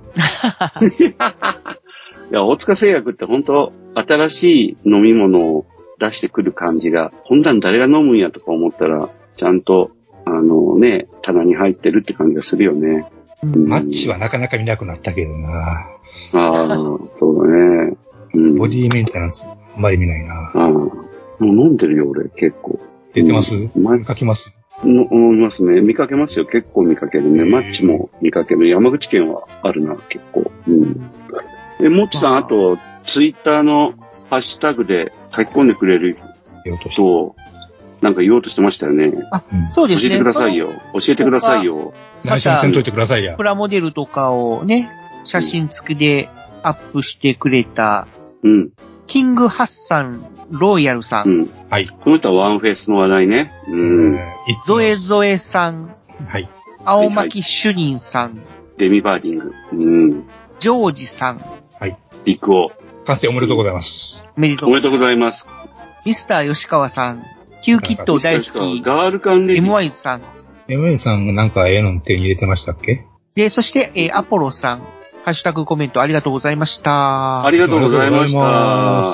いや、大塚製薬って本当新しい飲み物を出してくる感じが、こんなん誰が飲むんやとか思ったら、ちゃんと、あのね、棚に入ってるって感じがするよね。 うん、マッチはなかなか見なくなったけどな。 ああ、そうだね、 うん。ボディメンテナンス、あんまり見ないな。ああ、 もう飲んでるよ、俺、結構。 出てます、うん、見かけますの飲みますね。見かけますよ。結構見かけるね。マッチも見かける。山口県はあるな、結構。うん。え、もっちさん、あと、ツイッターのハッシュタグで書き込んでくれる人を、なんか言おうとしてましたよね。 あ、そうですね。 教えてくださいよ。教えてくださいよ。 内緒にせんといてくださいや。 プラモデルとかをね、写真付きでアップしてくれた、 うん。 キングハッサンロイヤルさん。うん。 はい。 この人はワンフェイスの話題ね。うん。 ゾエゾエさん。 はい。 青巻主任さん。 デミバーディング。うん。 ジョージさん。 はい。 ビッグオー。 完成おめでとうございます。 おめでとう。 おめでとうございます。 ミスター吉川さん。キューキット大好き。 ガールカンレディ。 エムワイズ さん。 エムワイズ さんがなんかええの手に入れてましたっけ？ で、そして、えー、アポロさん。ハッシュタグコメントありがとうございました。 ありがとうございました。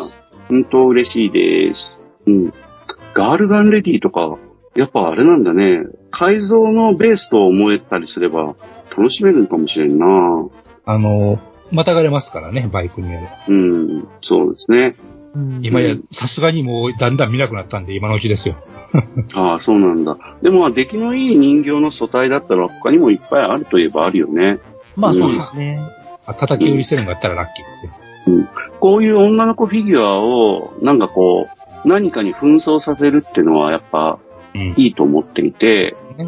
本当嬉しいです。うん。ガールガンレディとか、やっぱあれなんだね。改造のベースと思えたりすれば楽しめるのかもしれんな。 あの、またがれますからね、バイクにやる。 うん、そうですね。 今や、さすがにもうだんだん見なくなったんで、今のうちですよ。 ああ、そうなんだ。でも、出来のいい人形の素体だったら他にもいっぱいあるといえばあるよね。 まあそうですね。 うん、叩き売りしてるのがあったらラッキーですよ。 うん。こういう女の子フィギュアを、なんかこう、何かに紛争させるっていうのはやっぱ、いいと思っていて、うん。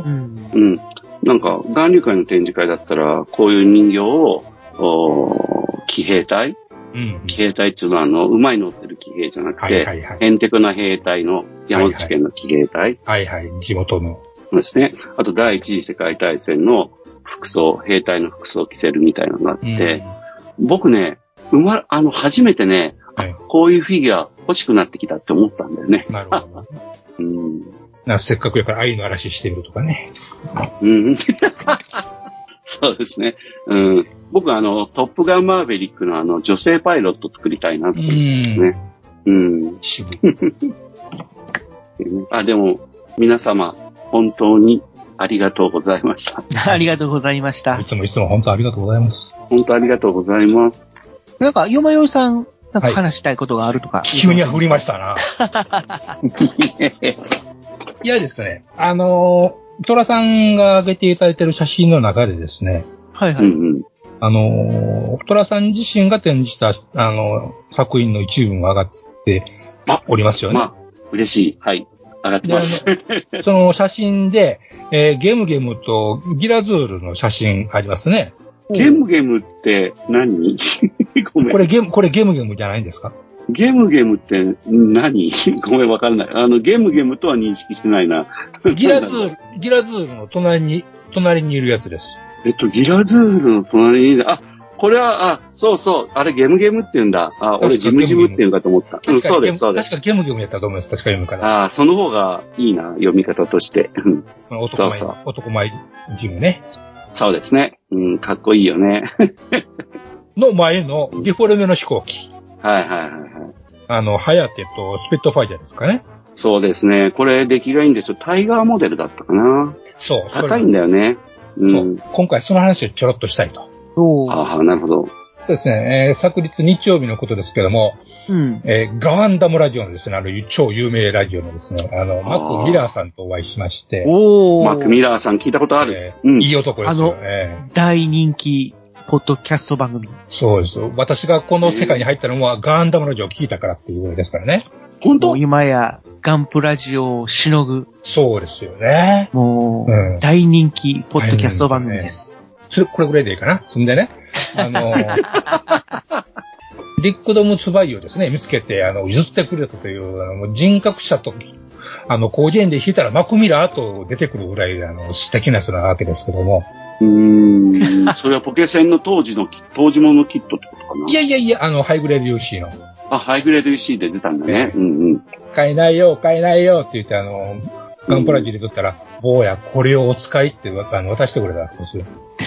うん。なんか、岩流会の展示会だったら、こういう人形を、お騎兵隊うん、騎兵隊っていうのは、あの、馬に乗ってる騎兵じゃなくて、はいはいはい、ヘンテクな兵隊の、山口県の騎兵隊。 はいはい、はいはい、地元の。 そうですね。あと、第一次世界大戦の服装、兵隊の服装を着せるみたいなのがあって、うん、僕ね、うま、あの、初めてね、はい、こういうフィギュア欲しくなってきたって思ったんだよね。 なるほど。うん、なせっかくやから愛の嵐してみるとかね。 うん。そうですね。うん。僕はあの、トップガンマーヴェリックのあの、女性パイロット作りたいなって思うんですね。うん。渋い。あ、でも、皆様、本当にありがとうございました。 ありがとうござざいました。 いつもいつも本当ありがとうございます。 本当ありがとうございます。 なんか、よまよいさん、なんか話したいことがあるとか。はい、 急に振りましたな。いやですね、あのー、トラさんが上げていただいている写真の中でですね。 はいはい。うんうん、 あの、トラさん自身が展示した、あの、作品の一部が上がっておりますよね。まあ、 嬉しい。はい。上がってます。 その写真で、えー、ゲムゲムとギラズールの写真ありますね。 ゲムゲムって何ごめん。 これゲム、これゲムゲムじゃないんですか？ ゲムゲムって何ごめん、わかんない。あの、ゲムゲムとは認識してないな。 ギラズール、ギラズールの隣に、隣にいるやつです。 えっと、ギラズールの隣にいる、あ、これは、あ、そうそう、あれゲムゲムって言うんだ。あ、俺ジムジムって言うんかと思った。うん、そうです、そうです。 確かゲムゲムやったと思います。確か読むから。 ああ、その方がいいな、読み方として。 男前、そうそう男前ジムね。 そうですね。うん、かっこいいよね。 の前のディフォルメの飛行機。 はいはいはいはい。 あの、ハヤテとスペットファイヤーですかね。 そうですね。これ出来がいいんですよ。タイガーモデルだったかな。 そう。 高いんだよね。 うん、そう。今回その話をちょろっとしたいと。 ああ、なるほど。 そうですね。えー、昨日日曜日のことですけども、うん、えー、ガワンダムラジオのですね、あの、超有名ラジオのですね、あの、マック・ミラーさんとお会いしまして。 おー。マック・ミラーさん聞いたことある。えーうん、いい男ですよね。 あの、大人気ポッドキャスト番組。 そうです。私がこの世界に入ったのは、ガンダムラジオを聞いたからっていうぐらいですからね。 本当？今や、ガンプラジオをしのぐ。 そうですよね。 もう、うん、大人気ポッドキャスト番組です。 ね、それ、これぐらいでいいかな。そんでね、あのー、リックドムツバイをですね、見つけて、あの、譲ってくれたという、あの、もう人格者と、あの、広辞苑で引いたらマクミラーと出てくるぐらい、あの、素敵な人なわけですけども。 うーん。それはポケセンの当時の、当時ものキットってことかな？ いやいやいや、あの、ハイグレード ユーシー の。 あ、ハイグレード ユーシー で出たんだね。うんうん。 買えないよ、買えないよって言って、あの、ガンプラジで撮ったら、坊や、これをお使いって、あの、渡してくれたんですよ。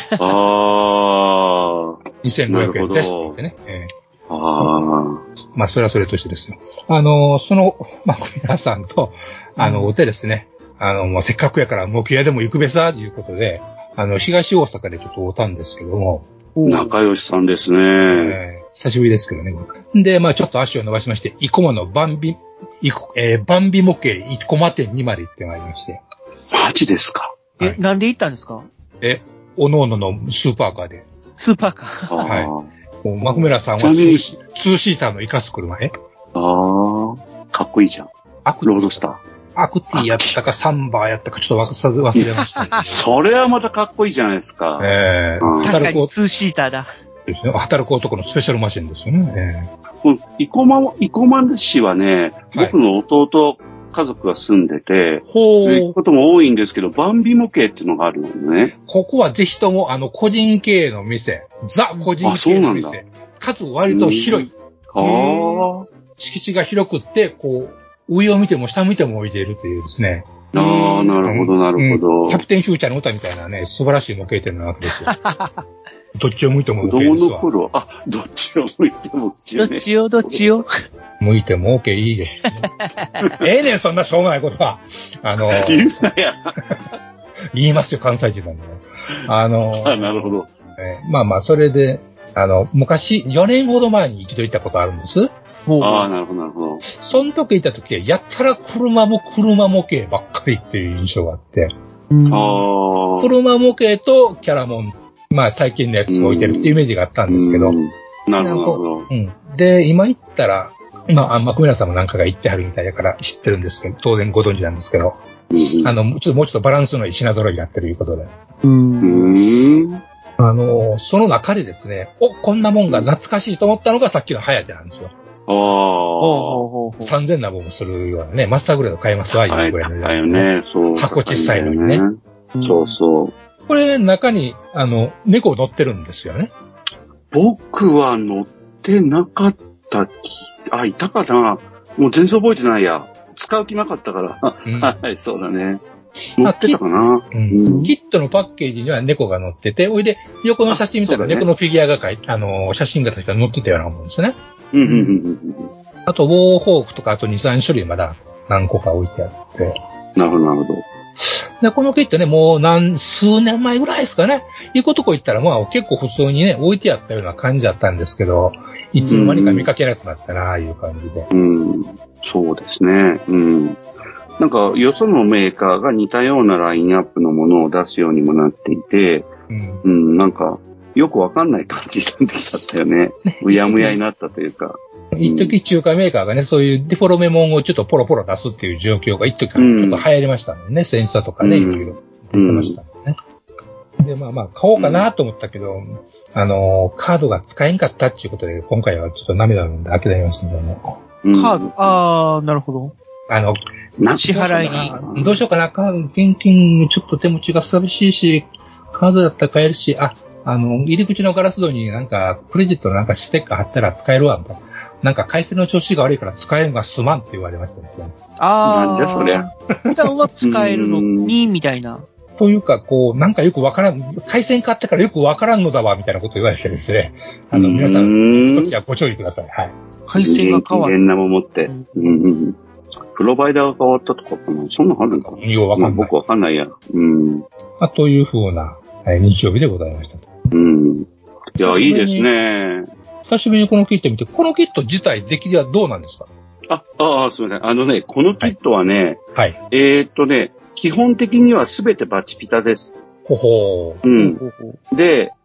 ああ。 にせんごひゃくえんですって言ってね。えー、ああ。 まあ、それはそれとしてですよ。あの、その、まあ、皆さんと、あの、お手ですね。あの、もうせっかくやから、木屋でも行くべさ、ということで、あの、東大阪でちょっと会ったんですけども。 仲良しさんですね。 えー、久しぶりですけどね。で、まあ、ちょっと足を伸ばしまして、生駒のバンビ、えー、バンビ模型生駒店にまで行ってまいりまして。 マジですか？ え、はい、なんで行ったんですか？ え、おのおののスーパーカーで。 スーパーカーはい。もうマクメラさんはツーシーターの生かす車へ。 ああ、かっこいいじゃん。 アクロードスター。 アクティやったかサンバーやったかちょっと忘れました、ね。 それはまたかっこいいじゃないですか。 ええー。 確かにツーシーターだ。 ですね。働く男のスペシャルマシンですよね。 えー、うん。生駒、生駒市はね、僕の弟、家族が住んでて、ほう。そういうことも多いんですけど、バンビ模型っていうのがあるのね。 ここはぜひとも、あの、個人経営の店、ザ個人経営の店。かつ割と広い。 ああ。 敷地が広くって、こう、上を見ても下見ても置いているというですね。 ああ、なるほど、なるほど、 うん。キャプテンフューチャーの歌みたいなね、素晴らしい模型店なわけですよ。どっちを向いても OK ですわ。 子供の頃、あ、どっちを向いても OK ね。 どっちよ、どっちよ。 向いても OK いいです、ね。ええねん、そんなしょうがないことは。あのー、 言うなや。 言いますよ、関西人なんで。あのー、 あ、なるほど。 えー、まあまあ、それで、あの、昔、よねんほど前に一度行ったことあるんです。 ああ、なるほど、なるほど。 その時行った時は、やったら車も車模型ばっかりっていう印象があって。 ああ。 車模型とキャラモン、まあ最近のやつを置いてるっていうイメージがあったんですけど。 なるほど。 うん。で、今行ったら、まあ、マクミラさんもなんかが行ってはるみたいだから知ってるんですけど、当然ご存知なんですけど。あの、ちょっともうちょっとバランスのいい品揃いになってるいうことで。 うーん。 あの、その中でですね、お、こんなもんが懐かしいと思ったのがさっきのハヤテなんですよ。 ああ。 さんぜんなぼもするようなね、マスターグレード買いますわ、いうぐらいの。 だよね、そう。 箱小さいのにね。 そうそう。 これ、中に、あの、猫乗ってるんですよね。 僕は乗ってなかった気、あ、いたかな？もう全然覚えてないや。使う気なかったから。うん、はい、そうだね。乗ってたかな、 うん、キットのパッケージには猫が乗ってて、おいで、横の写真見たら猫のフィギュアが書いて、あの、写真が確か載ってたようなもんですね。 うんうんうんうん。 あと、ウォーホークとか、あとに、さん種類まだ何個か置いてあって。 なるほど、なるほど。 で、このキットね、もう何、数年前ぐらいですかね。行くとこ行ったら、まあ結構普通にね、置いてあったような感じだったんですけど、いつの間にか見かけなくなったな、ああいう感じで。 うん、そうですね。うん。なんか、よそのメーカーが似たようなラインナップのものを出すようにもなっていて、うん、うん、なんか、よくわかんない感じになってきちゃったよね。うやむやになったというか。 一時中華メーカーがね、そういうデフォルメモンをちょっとポロポロ出すっていう状況が一時からちょっと流行りましたもんね。うん、センサーとかね、いろいろ出てましたもんね。うん、で、まあまあ、買おうかなと思ったけど、うん、あの、カードが使えんかったっていうことで、今回はちょっと涙を飲んで諦めましたけども。 カード、あー、なるほど。 あの、 支払いに。どうしようかな、カード、現金、ちょっと手持ちが寂しいし、カードだったら買えるし、あ、あの、入り口のガラス戸になんか、クレジットのなんかステッカー貼ったら使えるわ、みたいな。なんか回線の調子が悪いから使えるがすまんって言われましたんですよ。 ああ。 なんじゃそりゃ。 普段は使えるのに、みたいな。 というか、こう、なんかよくわからん、回線買ってからよくわからんのだわ、みたいなこと言われてですね。あの、皆さん、行くときはご注意ください。はい。 回線が変わる。 変なも持って。うんうん。プロバイダーが変わったとかかな。そんなのあるんかな。 ようわかんない。 まあ、僕わかんないや。うん。 まあ、というふうな、はい、日曜日でございましたと。 うん。いや、いいですね。 久しぶりにこのキット見て、このキット自体出来はどうなんですか？ あ、ああ、すみません。あのね、このキットはね、 はい。はい、 えー、っとね、基本的にはすべてバチピタです。 ほほー。うん。で、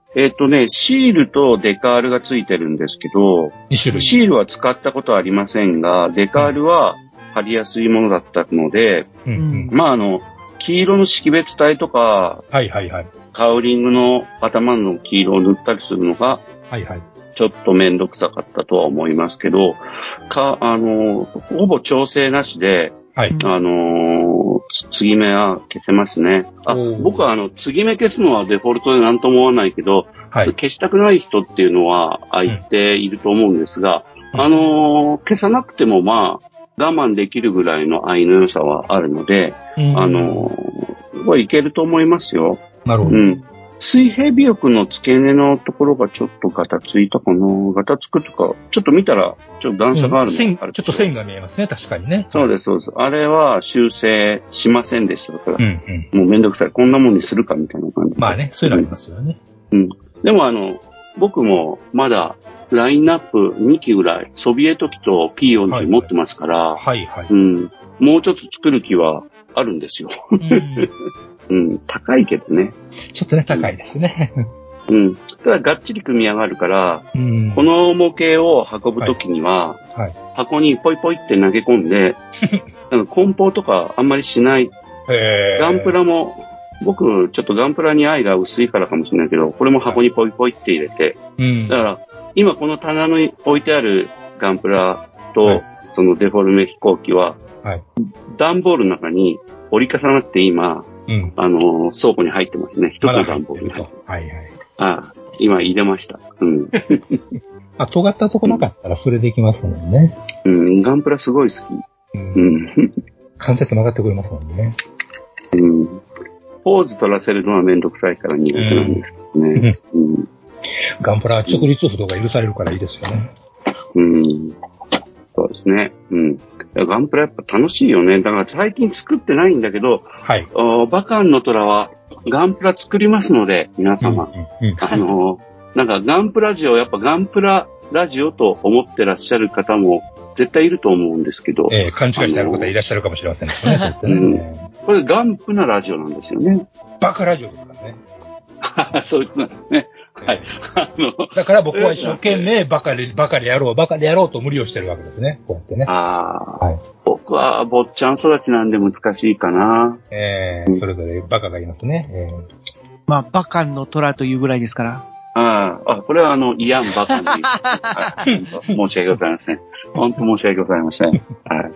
えっ、ー、とね、シールとデカールがついてるんですけど、 に種類。 シールは使ったことはありませんが、デカールは貼りやすいものだったので、うんうん、まああの、黄色の識別体とか、 はいはいはい。 カウリングの頭の黄色を塗ったりするのが、 はいはい。 ちょっとめんどくさかったとは思いますけど、か、あの、ほぼ調整なしで、はい。あの、継ぎ目は消せますね。あ、僕はあの、継ぎ目消すのはデフォルトでなんとも思わないけど、はい。消したくない人っていうのは相手いると思うんですが、うん、あの、消さなくてもまあ、我慢できるぐらいの愛の良さはあるので、うん、あの、これいけると思いますよ。 なるほど。うん。 水平尾翼の付け根のところがちょっとガタついたかな。ガタつくとか、ちょっと見たら、ちょっと段差があるのがある、 うん、ちょっと線が見えますね、確かにね。 そうです、そうです。あれは修正しませんでしたから。うんうん、もうめんどくさい。こんなもんにするかみたいな感じ。 まあね、そういうのありますよね。 うん。でもあの、僕もまだラインナップにきぐらい、ソビエト機と ピーよんじゅう 持ってますから、 はいはい。 うん。もうちょっと作る気はあるんですよ。うんうん、高いけどね。 ちょっとね、高いですね。 うん。ただ、がっちり組み上がるから、うん、この模型を運ぶときには、はいはい、箱にポイポイって投げ込んで、梱包とかあんまりしない。ガンプラも、僕、ちょっとガンプラに愛が薄いからかもしれないけど、これも箱にポイポイって入れて、はい、だから、今この棚に置いてあるガンプラと、はい、そのデフォルメ飛行機は、はい、段ボールの中に折り重なって今、うん、あの、倉庫に入ってますね。一つの段ボールに入ってます。 はいはい。 ああ、今入れました。うん。 あ、尖ったとこなかったらそれできますもんね。 うん、ガンプラすごい好き。うん。うん、 関節曲がってくれますもんね。 うん。ポーズ取らせるのはめんどくさいから苦手なんですけどね。うん。うん、 ガンプラは直立不動が許されるからいいですよね。 うん。そうですね。うん。ガンプラやっぱ楽しいよね。だから最近作ってないんだけど、はい。バカンの虎はガンプラ作りますので、皆様。うんうんうん、あの、なんかガンプラジオ、やっぱガンプララジオと思ってらっしゃる方も絶対いると思うんですけど。 ええー、勘違いしてある方いらっしゃるかもしれませんね。 うん、これガンプなラジオなんですよね。 バカラジオですからね。そういうことなんですね。はい。あの、 だから僕は一生懸命バカで、バカでやろう、バカでやろうと無理をしてるわけですね。こうやってね。 ああ。はい。僕は坊ちゃん育ちなんで難しいかな。 ええー、それぞれバカがいますね。えー、 まあ、バカンの虎というぐらいですから。 ああ、あ、これはあの、イアンバカンでいい。はい。申し訳ございません。本当申し訳ございません。はい。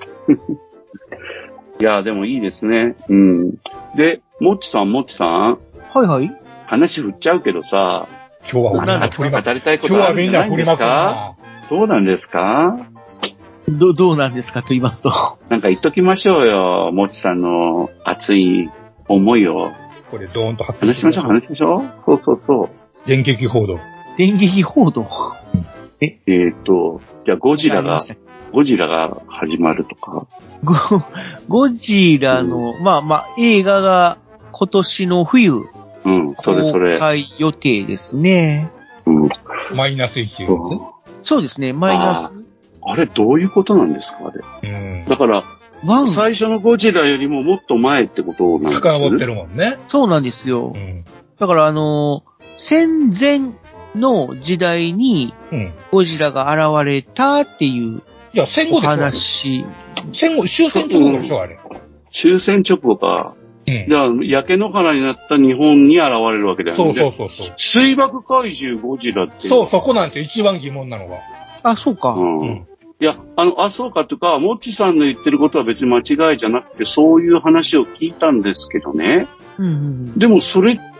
いや、でもいいですね。うん。で、もっちさん、もっちさん。 はいはい。 話振っちゃうけどさ、 今日はなんか熱く語りたいことあるんじゃないんですか？どうなんですか？ ど、どうなんですかと言いますと。 なんか言っときましょうよ。もちさんの熱い思いを。 これドーンと発表しましょう、話しましょう。そうそうそう。 電撃報道。 電撃報道、 うん、ええー、っと、じゃあゴジラが、ゴジラが始まるとか。 ゴ、ゴジラの、うん、まあまあ、映画が今年の冬、 うん、それそれ。 公開予定ですね。 うん。 マイナスいちです、 ね。そうですね、マイナス。 あ, あれ、どういうことなんですか、あれ。うん。だから、最初のゴジラよりももっと前ってことなんですか。 遡ってるもんね。 そうなんですよ。うん、だから、あのー、戦前の時代に、ゴジラが現れたっていう、 いや、戦後でしょ。 話。 戦後、終戦直後でしょ、あれ。 終戦直後か。うん、じゃあ、焼け野原になった日本に現れるわけだよね。 そうそうそうそう。 水爆怪獣ゴジラって。 そう、そこなんて一番疑問なのが。 あ、そうか。 うん。うん、いや、あの、あ、そうかっていうか、もっちさんの言ってることは別に間違いじゃなくて、そういう話を聞いたんですけどね。うんうんうん、でもそれって、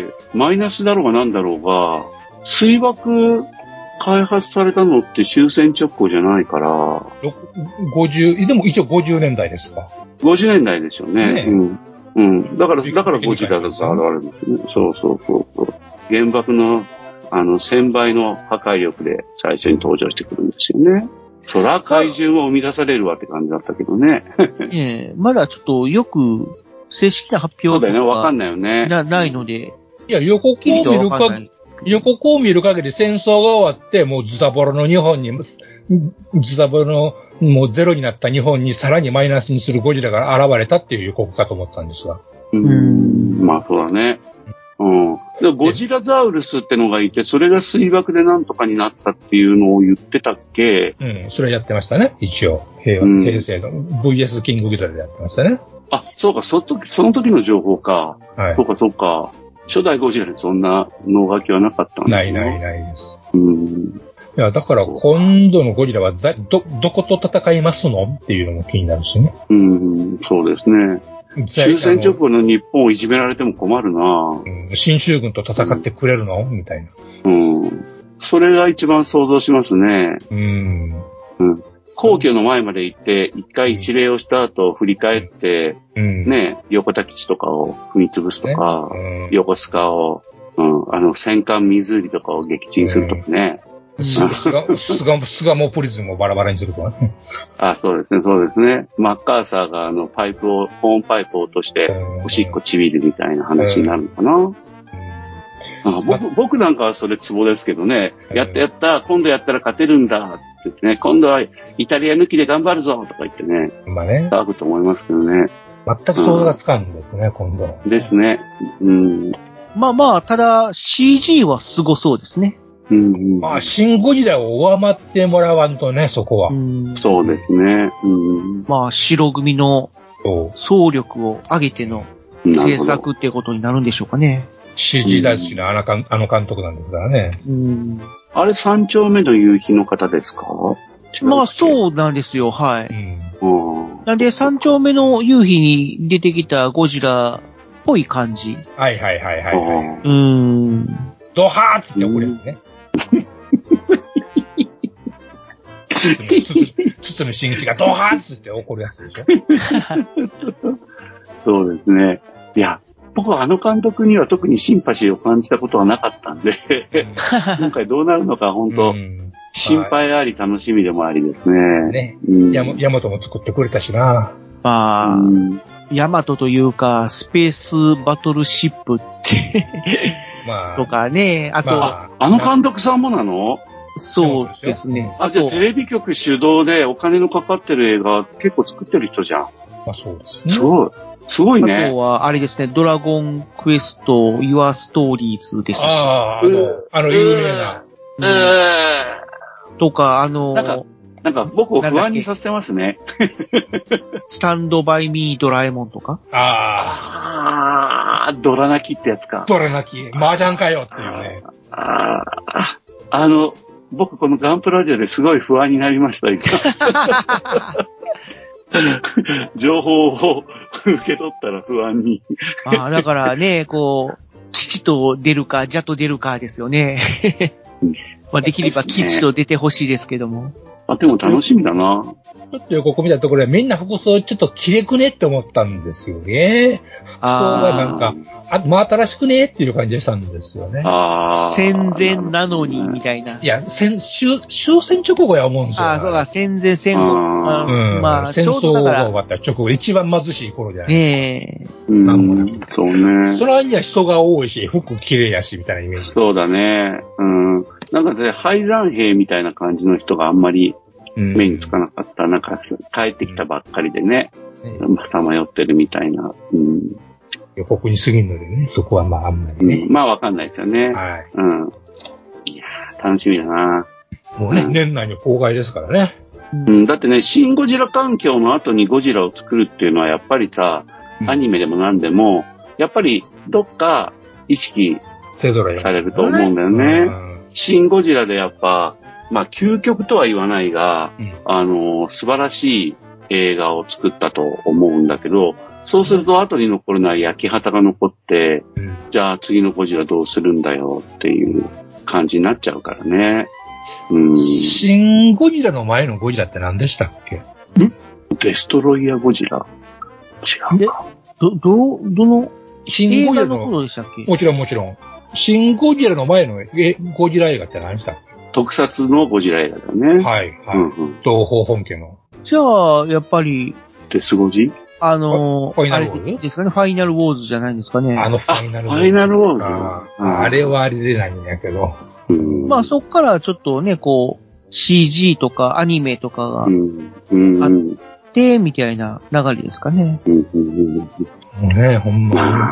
マイナスだろうがなんだろうが、水爆開発されたのって終戦直後じゃないから。 ごじゅう、でも一応ごじゅうねんだいですか。 ごじゅうねんだいですよね。ね、うんうん。だから、だからゴジラが現れるんですね。そうそうそうそう。原爆の、あの、千倍の破壊力で最初に登場してくるんですよね。そら怪獣も生み出されるわって感じだったけどね。 ええ、まだちょっとよく正式な発表そうだよね、わかんないよね。 な、ないので。 いや、予告を見るかぎり、予告を見る限り戦争が終わって、もうズタボロの日本に、ズタボロのもうゼロになった日本にさらにマイナスにするゴジラが現れたっていう予告かと思ったんですが。 うーん、まあそうだね。うん。 でゴジラザウルスってのがいて、それが水爆でなんとかになったっていうのを言ってたっけ？ うん、それやってましたね、一応。平和、うん、平成の ブイエス キングギドラでやってましたね。 あ、そうか、その時、その時の情報か。はい。そうか、そうか。初代ゴジラにそんな能書きはなかったんですね。ないないないです。 うん。 いや、だから今度のゴジラはだ、ど、どこと戦いますのっていうのも気になるしね。 うん、そうですね。終戦直後の日本をいじめられても困るな、 うん、新州軍と戦ってくれるの、うん、みたいな。 うん。それが一番想像しますね。 うん。 うん。皇居の前まで行って、一回一礼をした後、振り返って、うん、ね、横田基地とかを踏み潰すとか、ね、うん、横須賀を、うん、あの、戦艦湖とかを撃沈するとかね。 スガ、スガ、スガモポリズムをバラバラにするとかね。 あ、そうですね、そうですね。マッカーサーがあの、パイプを、保温パイプを落として、おしっこちびるみたいな話になるのかな。うんなんか僕、僕なんかはそれツボですけどね。やったやった、今度やったら勝てるんだって言ってね、今度はイタリア抜きで頑張るぞとか言ってね。 まあね。 騒ぐと思いますけどね。 全く想像がつかんですね、うん、今度は。 ですね。うん。 まあまあ、ただ シージー はすごそうですね。 うん、うん。 まあ、シン・ゴジラを上回ってもらわんとね、そこは。 うん、そうですね。うん、 まあ、白組の総力を上げての制作っていうことになるんでしょうかね。 シージー 大好きなあの監、あの監督なんですからね。 うん、 あれ三丁目の夕日の方ですか？ まあそうなんですよ、はい。うん、なんで三丁目の夕日に出てきたゴジラっぽい感じ。 はいはいはいはい、はい。 うーん。 ドハーッつって怒るやつね。つつむしんいちがドハーッつって怒るやつでしょ。 そうですね。いや、僕はあの監督には特にシンパシーを感じたことはなかったんで、今回どうなるのか本当、うん、心配あり楽しみでもありですね。 ね、うん、ヤマトも作ってくれたしな。 まあ、うん、ヤマトというか、スペースバトルシップって、まあ、とかね、あと、 まあ、あの監督さんもなの？ そうですね。 あと、テレビ局主導でお金のかかってる映画結構作ってる人じゃん。 まあそうですね。 すごい。すごいね。 あとは、あれですね、ドラゴンクエスト、ユアストーリーズです。 ああ、あの、あの有名な。 えーうん、とか、あの、 なんか、なんか僕を不安にさせてますね。 スタンドバイミードラえもんとかああ。ああ、ドラ泣きってやつか。 ドラ泣き。麻雀かよっていうね。 ああ。あの、僕このガンプラジオですごい不安になりました、今。情報を受け取ったら不安に。 ああ、だからね、こう、基地と出るか、ジャと出るかですよね。まあできれば基地と出てほしいですけども。 あ、でも楽しみだな。 ちょっと横こ見たところでみんな服装ちょっときれくねって思ったんですよね。服装がなんか、あ、まあ新しくねっていう感じでしたんですよね。 ああ。 戦前なのに、みたいな。 いや、戦、終、終戦直後や思うんですよ。 ああ、そうか、戦前戦後。 あうん、まあ、戦争が終わった直後、一番貧しい頃じゃないですか。 ええー。なんもなく。そうね。 そのには人が多いし、服綺麗やし、みたいなイメージ。 そうだね。うん。なんかね、敗残兵みたいな感じの人があんまり目につかなかった。うん、なんか、帰ってきたばっかりでね。うん、さまよってるみたいな。うん。 予告に過ぎるのでね、そこはまああんまりね。 うん、まあわかんないですよね。 はい。 うん。いやー、楽しみだな。 もうね、うん、年内に公開ですからね。 うん、だってね、シン・ゴジラ環境の後にゴジラを作るっていうのはやっぱりさ、うん、アニメでも何でも、やっぱりどっか意識されると思うんだよね。うん、シン・ゴジラでやっぱ、まあ究極とは言わないが、うん、あの、素晴らしい映画を作ったと思うんだけど、そうすると後に残るのは焼き旗が残って、うん、じゃあ次のゴジラどうするんだよっていう感じになっちゃうからね。うん。 シン・ゴジラの前のゴジラって何でしたっけ？ ん？デストロイヤーゴジラ？違うか。 ど、ど、どの、 シン・ゴジラの、 映画の頃でしたっけ？ もちろんもちろん。シン・ゴジラの前のえゴジラ映画って何でしたっけ？ 特撮のゴジラ映画だね。 はい、はい。うんうん、東宝本家の。 じゃあ、やっぱり。 デスゴジ？ あのー、 ファイナルウォーズですかね、ファイナルウォーズじゃないんですかね。 あのファイナルウォーズ。 ファイナルウォーズ。 あ, あ, あれはあれでないんやけど。 うん、まあそっからちょっとね、こう、シージー とかアニメとかがあって、みたいな流れですかね。 うんうんうん、ねえ、ほんま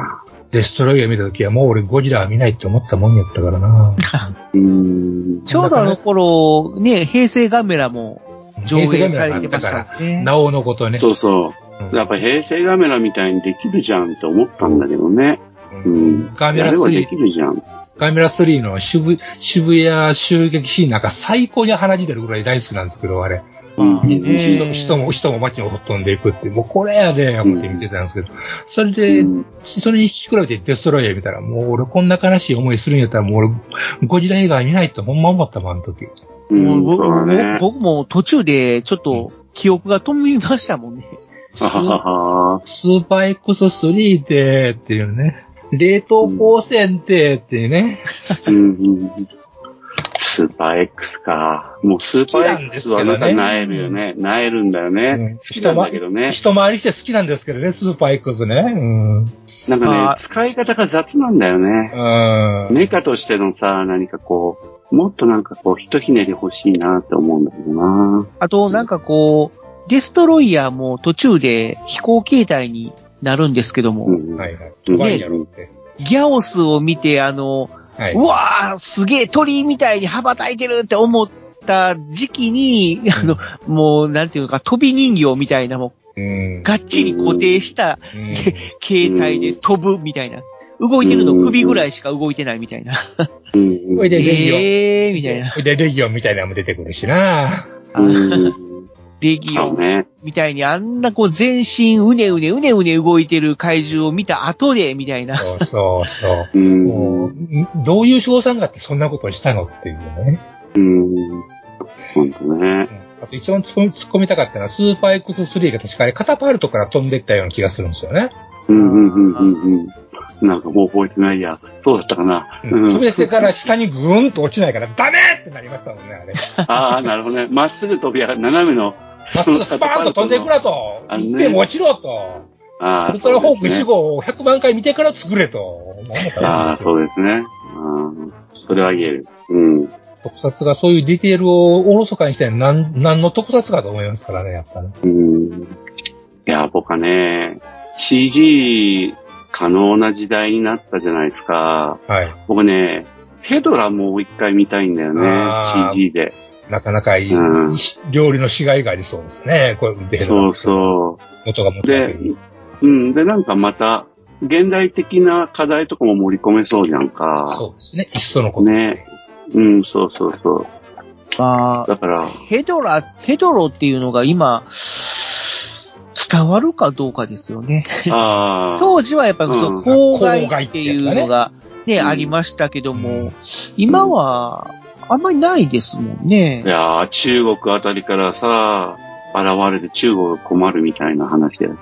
デストロイヤー見たときはもう俺ゴジラは見ないって思ったもんやったからな。 うーんちょうどあの頃、ね、平成ガメラも上映されてましたね。 なおのことね。 そうそう。やっぱ平成ガメラみたいにできるじゃんって思ったんだけどね。うん。 ガメラスリー。 できるじゃん。 ガメラスリーの渋、渋谷襲撃シーンなんか最高に鼻血出るぐらい大好きなんですけど、あれ。うん、人, 人も、人も街に飛んでいくって、もうこれやで、思って見てたんですけど、それで、うん、それに引き比べてデストロイヤー見たら、もう俺こんな悲しい思いするんやったら、もう俺、ゴジラ映画見ないとほんま思ったもん、あの時。 うん、僕, ね、僕も途中でちょっと記憶が飛びましたもんね。 スーパー エックススリー で、っていうね。冷凍光線で、っていうね。 うんスーパー X か。もうスーパー X はなんか萎えるよね。萎えるんだよね。うん、好きなんだけどね。 一回りして好きなんですけどね、スーパー X ね。うん、 なんかね、使い方が雑なんだよね。うん、メカとしてのさ、何かこう、もっとなんかこう、ひとひねり欲しいなって思うんだけどな。 あと、なんかこう、デストロイヤーも途中で飛行形態になるんですけども。うん、はいはい。飛ばんやろって。ギャオスを見て、あの、はい、うわー、すげえ鳥みたいに羽ばたいてるって思った時期に、うん、あの、もう、なんていうか、飛び人形みたいなもん、うん、がっちり固定した、うん、形態で飛ぶみたいな。動いてるの首ぐらいしか動いてないみたいな。 うん、これでレギオン。 えー、みたいな。 これでレギオンみたいなのも出てくるしな。 レギオンみたいにあんなこう全身うねうねうねうね動いてる怪獣を見た後でみたいな。 そうそうそう。もうどういう賞賛があってそんなことをしたのっていうね。 うん。本当ね。 あと一番突っ込み、突っ込みたかったのはスーパー エックススリー が確かにカタパルトから飛んでったような気がするんですよね。 うんうんうんうんうん。なんかもう覚えてないや。そうだったかな。 うん、飛び出してから下にぐーんと落ちないからダメってなりましたもんね、あれ。 ああ、なるほどね。まっすぐ飛び上がる、斜めの。 まっすぐスパーンと飛んでいくなと。いっぺん落ちろと。ああ。ウルトラホークいち号をひゃくまんかい見てから作れと。 ああ、そうですね。うん。それは言える。うん。 特撮がそういうディテールをおろそかにして何、何の特撮かと思いますからね、やっぱね。 うん。いや、僕はね、シージー 可能な時代になったじゃないですか。はい。僕ね、ヘドラもう一回見たいんだよね、シージー で。 なかなかいい、うん、料理のしがいがありそうですね。これそうそう。 元が元で、うん。で、なんかまた、現代的な課題とかも盛り込めそうじゃんか。 そうですね。いっそのこと。 ね。うん、そうそうそう。 ああ。だから、ヘドラ、ヘドロっていうのが今、伝わるかどうかですよね。あ当時はやっぱりその、郊外っていうのがね、うん、ありましたけども、うん、今は、あんまりないですもんね。 いやー、中国あたりからさ、現れて中国が困るみたいな話で。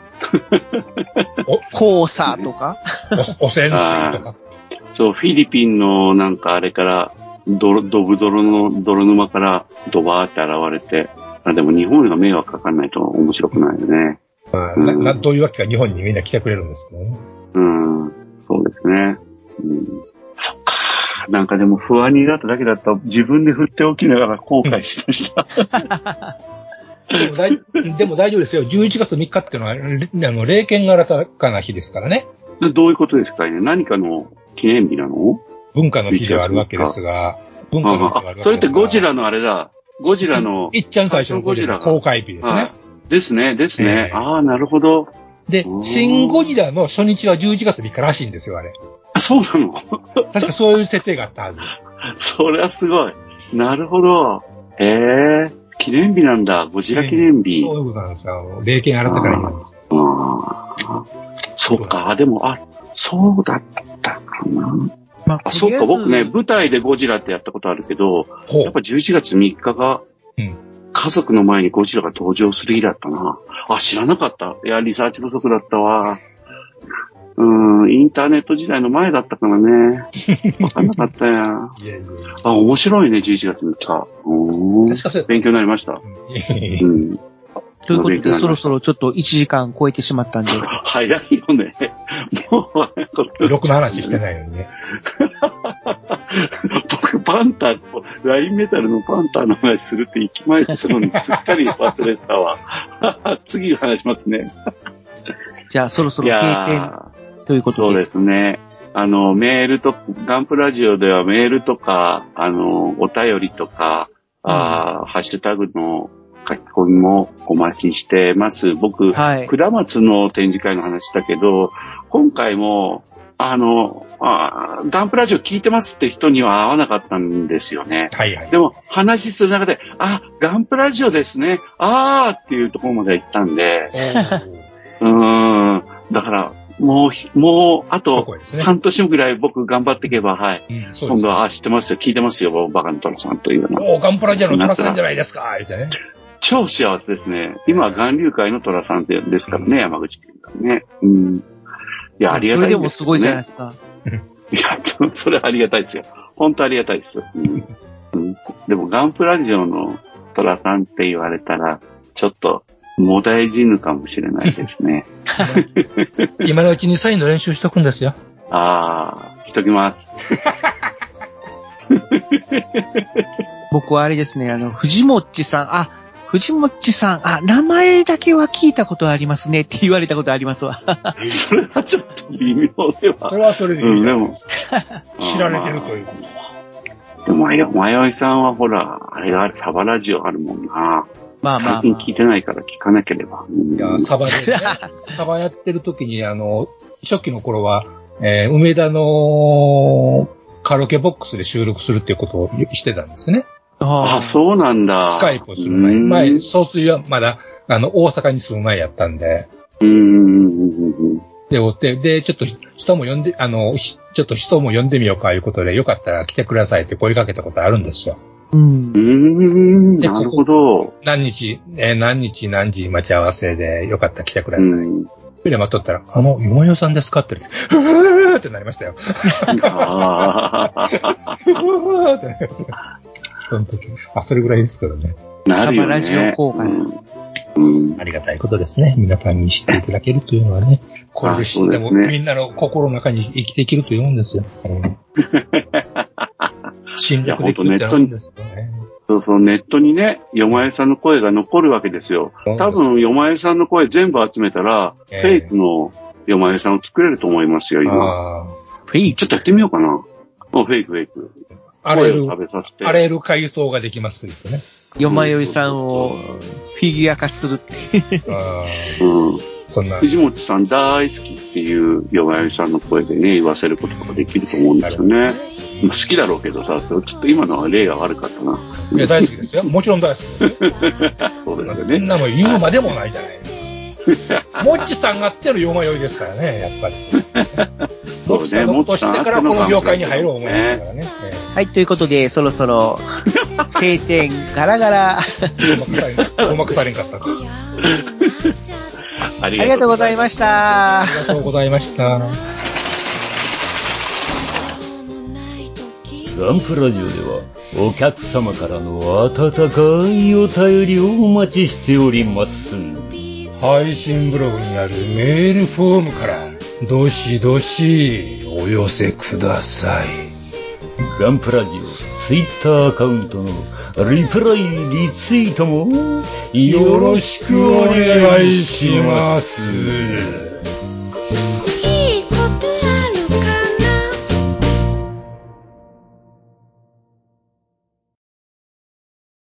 黄砂とか汚染水とか。 そう、フィリピンのなんかあれから、ドドブドロの泥沼からドバーって現れて、あでも日本が迷惑かかんないと面白くないよね。 うん、などういうわけか日本にみんな来てくれるんですけどね。 うん、そうですね。うん、そっか。なんかでも不安になっただけだったら自分で振っておきながら後悔しました。 でも大、でも大丈夫ですよ。じゅういちがつみっかっていうのは、あの、霊剣が新たな日ですからね。 どういうことですかね？何かの記念日なの？ 文化の日ではあるわけですが、文化の日ではあるわけですが。 それってゴジラのあれだ。ゴジラの。 いっちゃん最初のゴジラの公開日ですね。 ですね、ですね。えー、ああ、なるほど。 で、新ゴジラの初日はじゅういちがつみっからしいんですよ、あれ。 あ、そうなの？ 確かそういう設定があったはず。 それはすごい。なるほど。へえ。記念日なんだ。ゴジラ記念日。 そういうことなんですよ。霊剣新たから日なんですよ。 ああ。そっか。でも、あ、そうだったかな。まあ、あ、そっか。僕ね、舞台でゴジラってやったことあるけど、やっぱじゅういちがつみっかが、うん、家族の前にゴジラが登場する日だったな。あ、知らなかった。いや、リサーチ不足だったわ。うん、インターネット時代の前だったからね。わかんなかったや。いやいやあ、面白いね、じゅういちがつみっか。勉強になりました。うん、 ということで、そろそろちょっといちじかん超えてしまったんで。 早いよね。もう、ろくの話してないのにね。 僕、パンタの、ラインメタルのパンタの話するって行きまいたのに、すっかり忘れたわ。次話しますね。 じゃあ、そろそろ閉店。 ということで。 そうですね。あの、メールと、ガンプラジオではメールとか、あの、お便りとか、うん、あハッシュタグの書き込みもお待ちしてます。僕、はい、倉松の展示会の話だけど、今回も、あの、あガンプラジオ聞いてますって人には会わなかったんですよね。はいはい。でも話する中で、あ、ガンプラジオですね。あーっていうところまで行ったんで。うーん。だから、もう、もう、あと、半年ぐらい僕頑張っていけば、はい。うん、今度は、あ、知ってますよ。聞いてますよ。バカのトラさんというの。 おー、ガンプラジオのトラさんじゃないですか。みたいなね。 超幸せですね。今は岩流会のトラさんですからね、山口県からね。うん。いや、ありがたいです、ね。それでもすごいじゃないですか。 いや、それありがたいですよ。本当ありがたいです。うんうん、でも、ガンプラジオのトラさんって言われたら、ちょっと、もだえ死ぬかもしれないですね。 今のうちにサインの練習しとくんですよ。 ああ、しときます。 僕はあれですね、あの、藤もっちさん、あ、藤もっちさん、あ、名前だけは聞いたことありますねって言われたことありますわ。 それはちょっと微妙では。 それはそれでいい、うん、 でも知られてるということ。 でも、まよいさんはほら、あれがある、サバラジオあるもんな。まあまあ、まあ、最近聞いてないから聞かなければ。 いや、サバでね、サバやってる時に、あの、初期の頃は、えー、梅田のカラオケボックスで収録するっていうことをしてたんですね。 ああ、そうなんだ。 スカイプをする前。前、総帥はまだ、あの、大阪に住む前やったんで。 うーん。 で、で、で、ちょっと人も呼んで、あの、ちょっと人も呼んでみようかいうことで、よかったら来てくださいって声かけたことあるんですよ。 うん。うーん。なるほど。 何日、えー、何日何時待ち合わせで、よかったら来てください。うん。それで待っとったら、あの、よまよさんですかって言って、ふーってなりましたよ。あー。ふーってなりました。その時。あ、それぐらいですからね。 なるよね。 ラジオ公開。 うん。ありがたいことですね。皆さんに知っていただけるというのはね。これで知っても、ね、みんなの心の中に生きていけるというもんですよ。侵略できるってなんですよね。 そうそう、ネットにね、よまえさんの声が残るわけですよ。多分、よまえさんの声全部集めたら、えー、フェイクのよまえさんを作れると思いますよ、今。 フェイク？ ちょっとやってみようかな。フェイク、フェイク。 あらゆる、あらゆる回答ができますですね。 よまよいさんをフィギュア化するって。 あうん。そんな。藤本さん大好きっていうよまよいさんの声でね、言わせることができると思うんですよね。まあ、好きだろうけどさ、ちょっと今のは例が悪かったな。 いや、大好きですよ。もちろん大好きですよ。 そうですよね。 みんなも言うまでもないじゃないですか。もっちさんがあってのよまよいですからね、やっぱり。 そうね、 もっちさんしてからこの業界に入ろう思いますからね。 はい、ということで、そろそろ、閉店ガラガラ。 ごまかされんかったか。 ありがとうございました。 ありがとうございました。 ガンプラジオではお客様からの温かいお便りをお待ちしております。 配信ブログにあるメールフォームからどしどしお寄せください。 ガンプラジオツイッターアカウントのリプライリツイートもよろしくお願いします。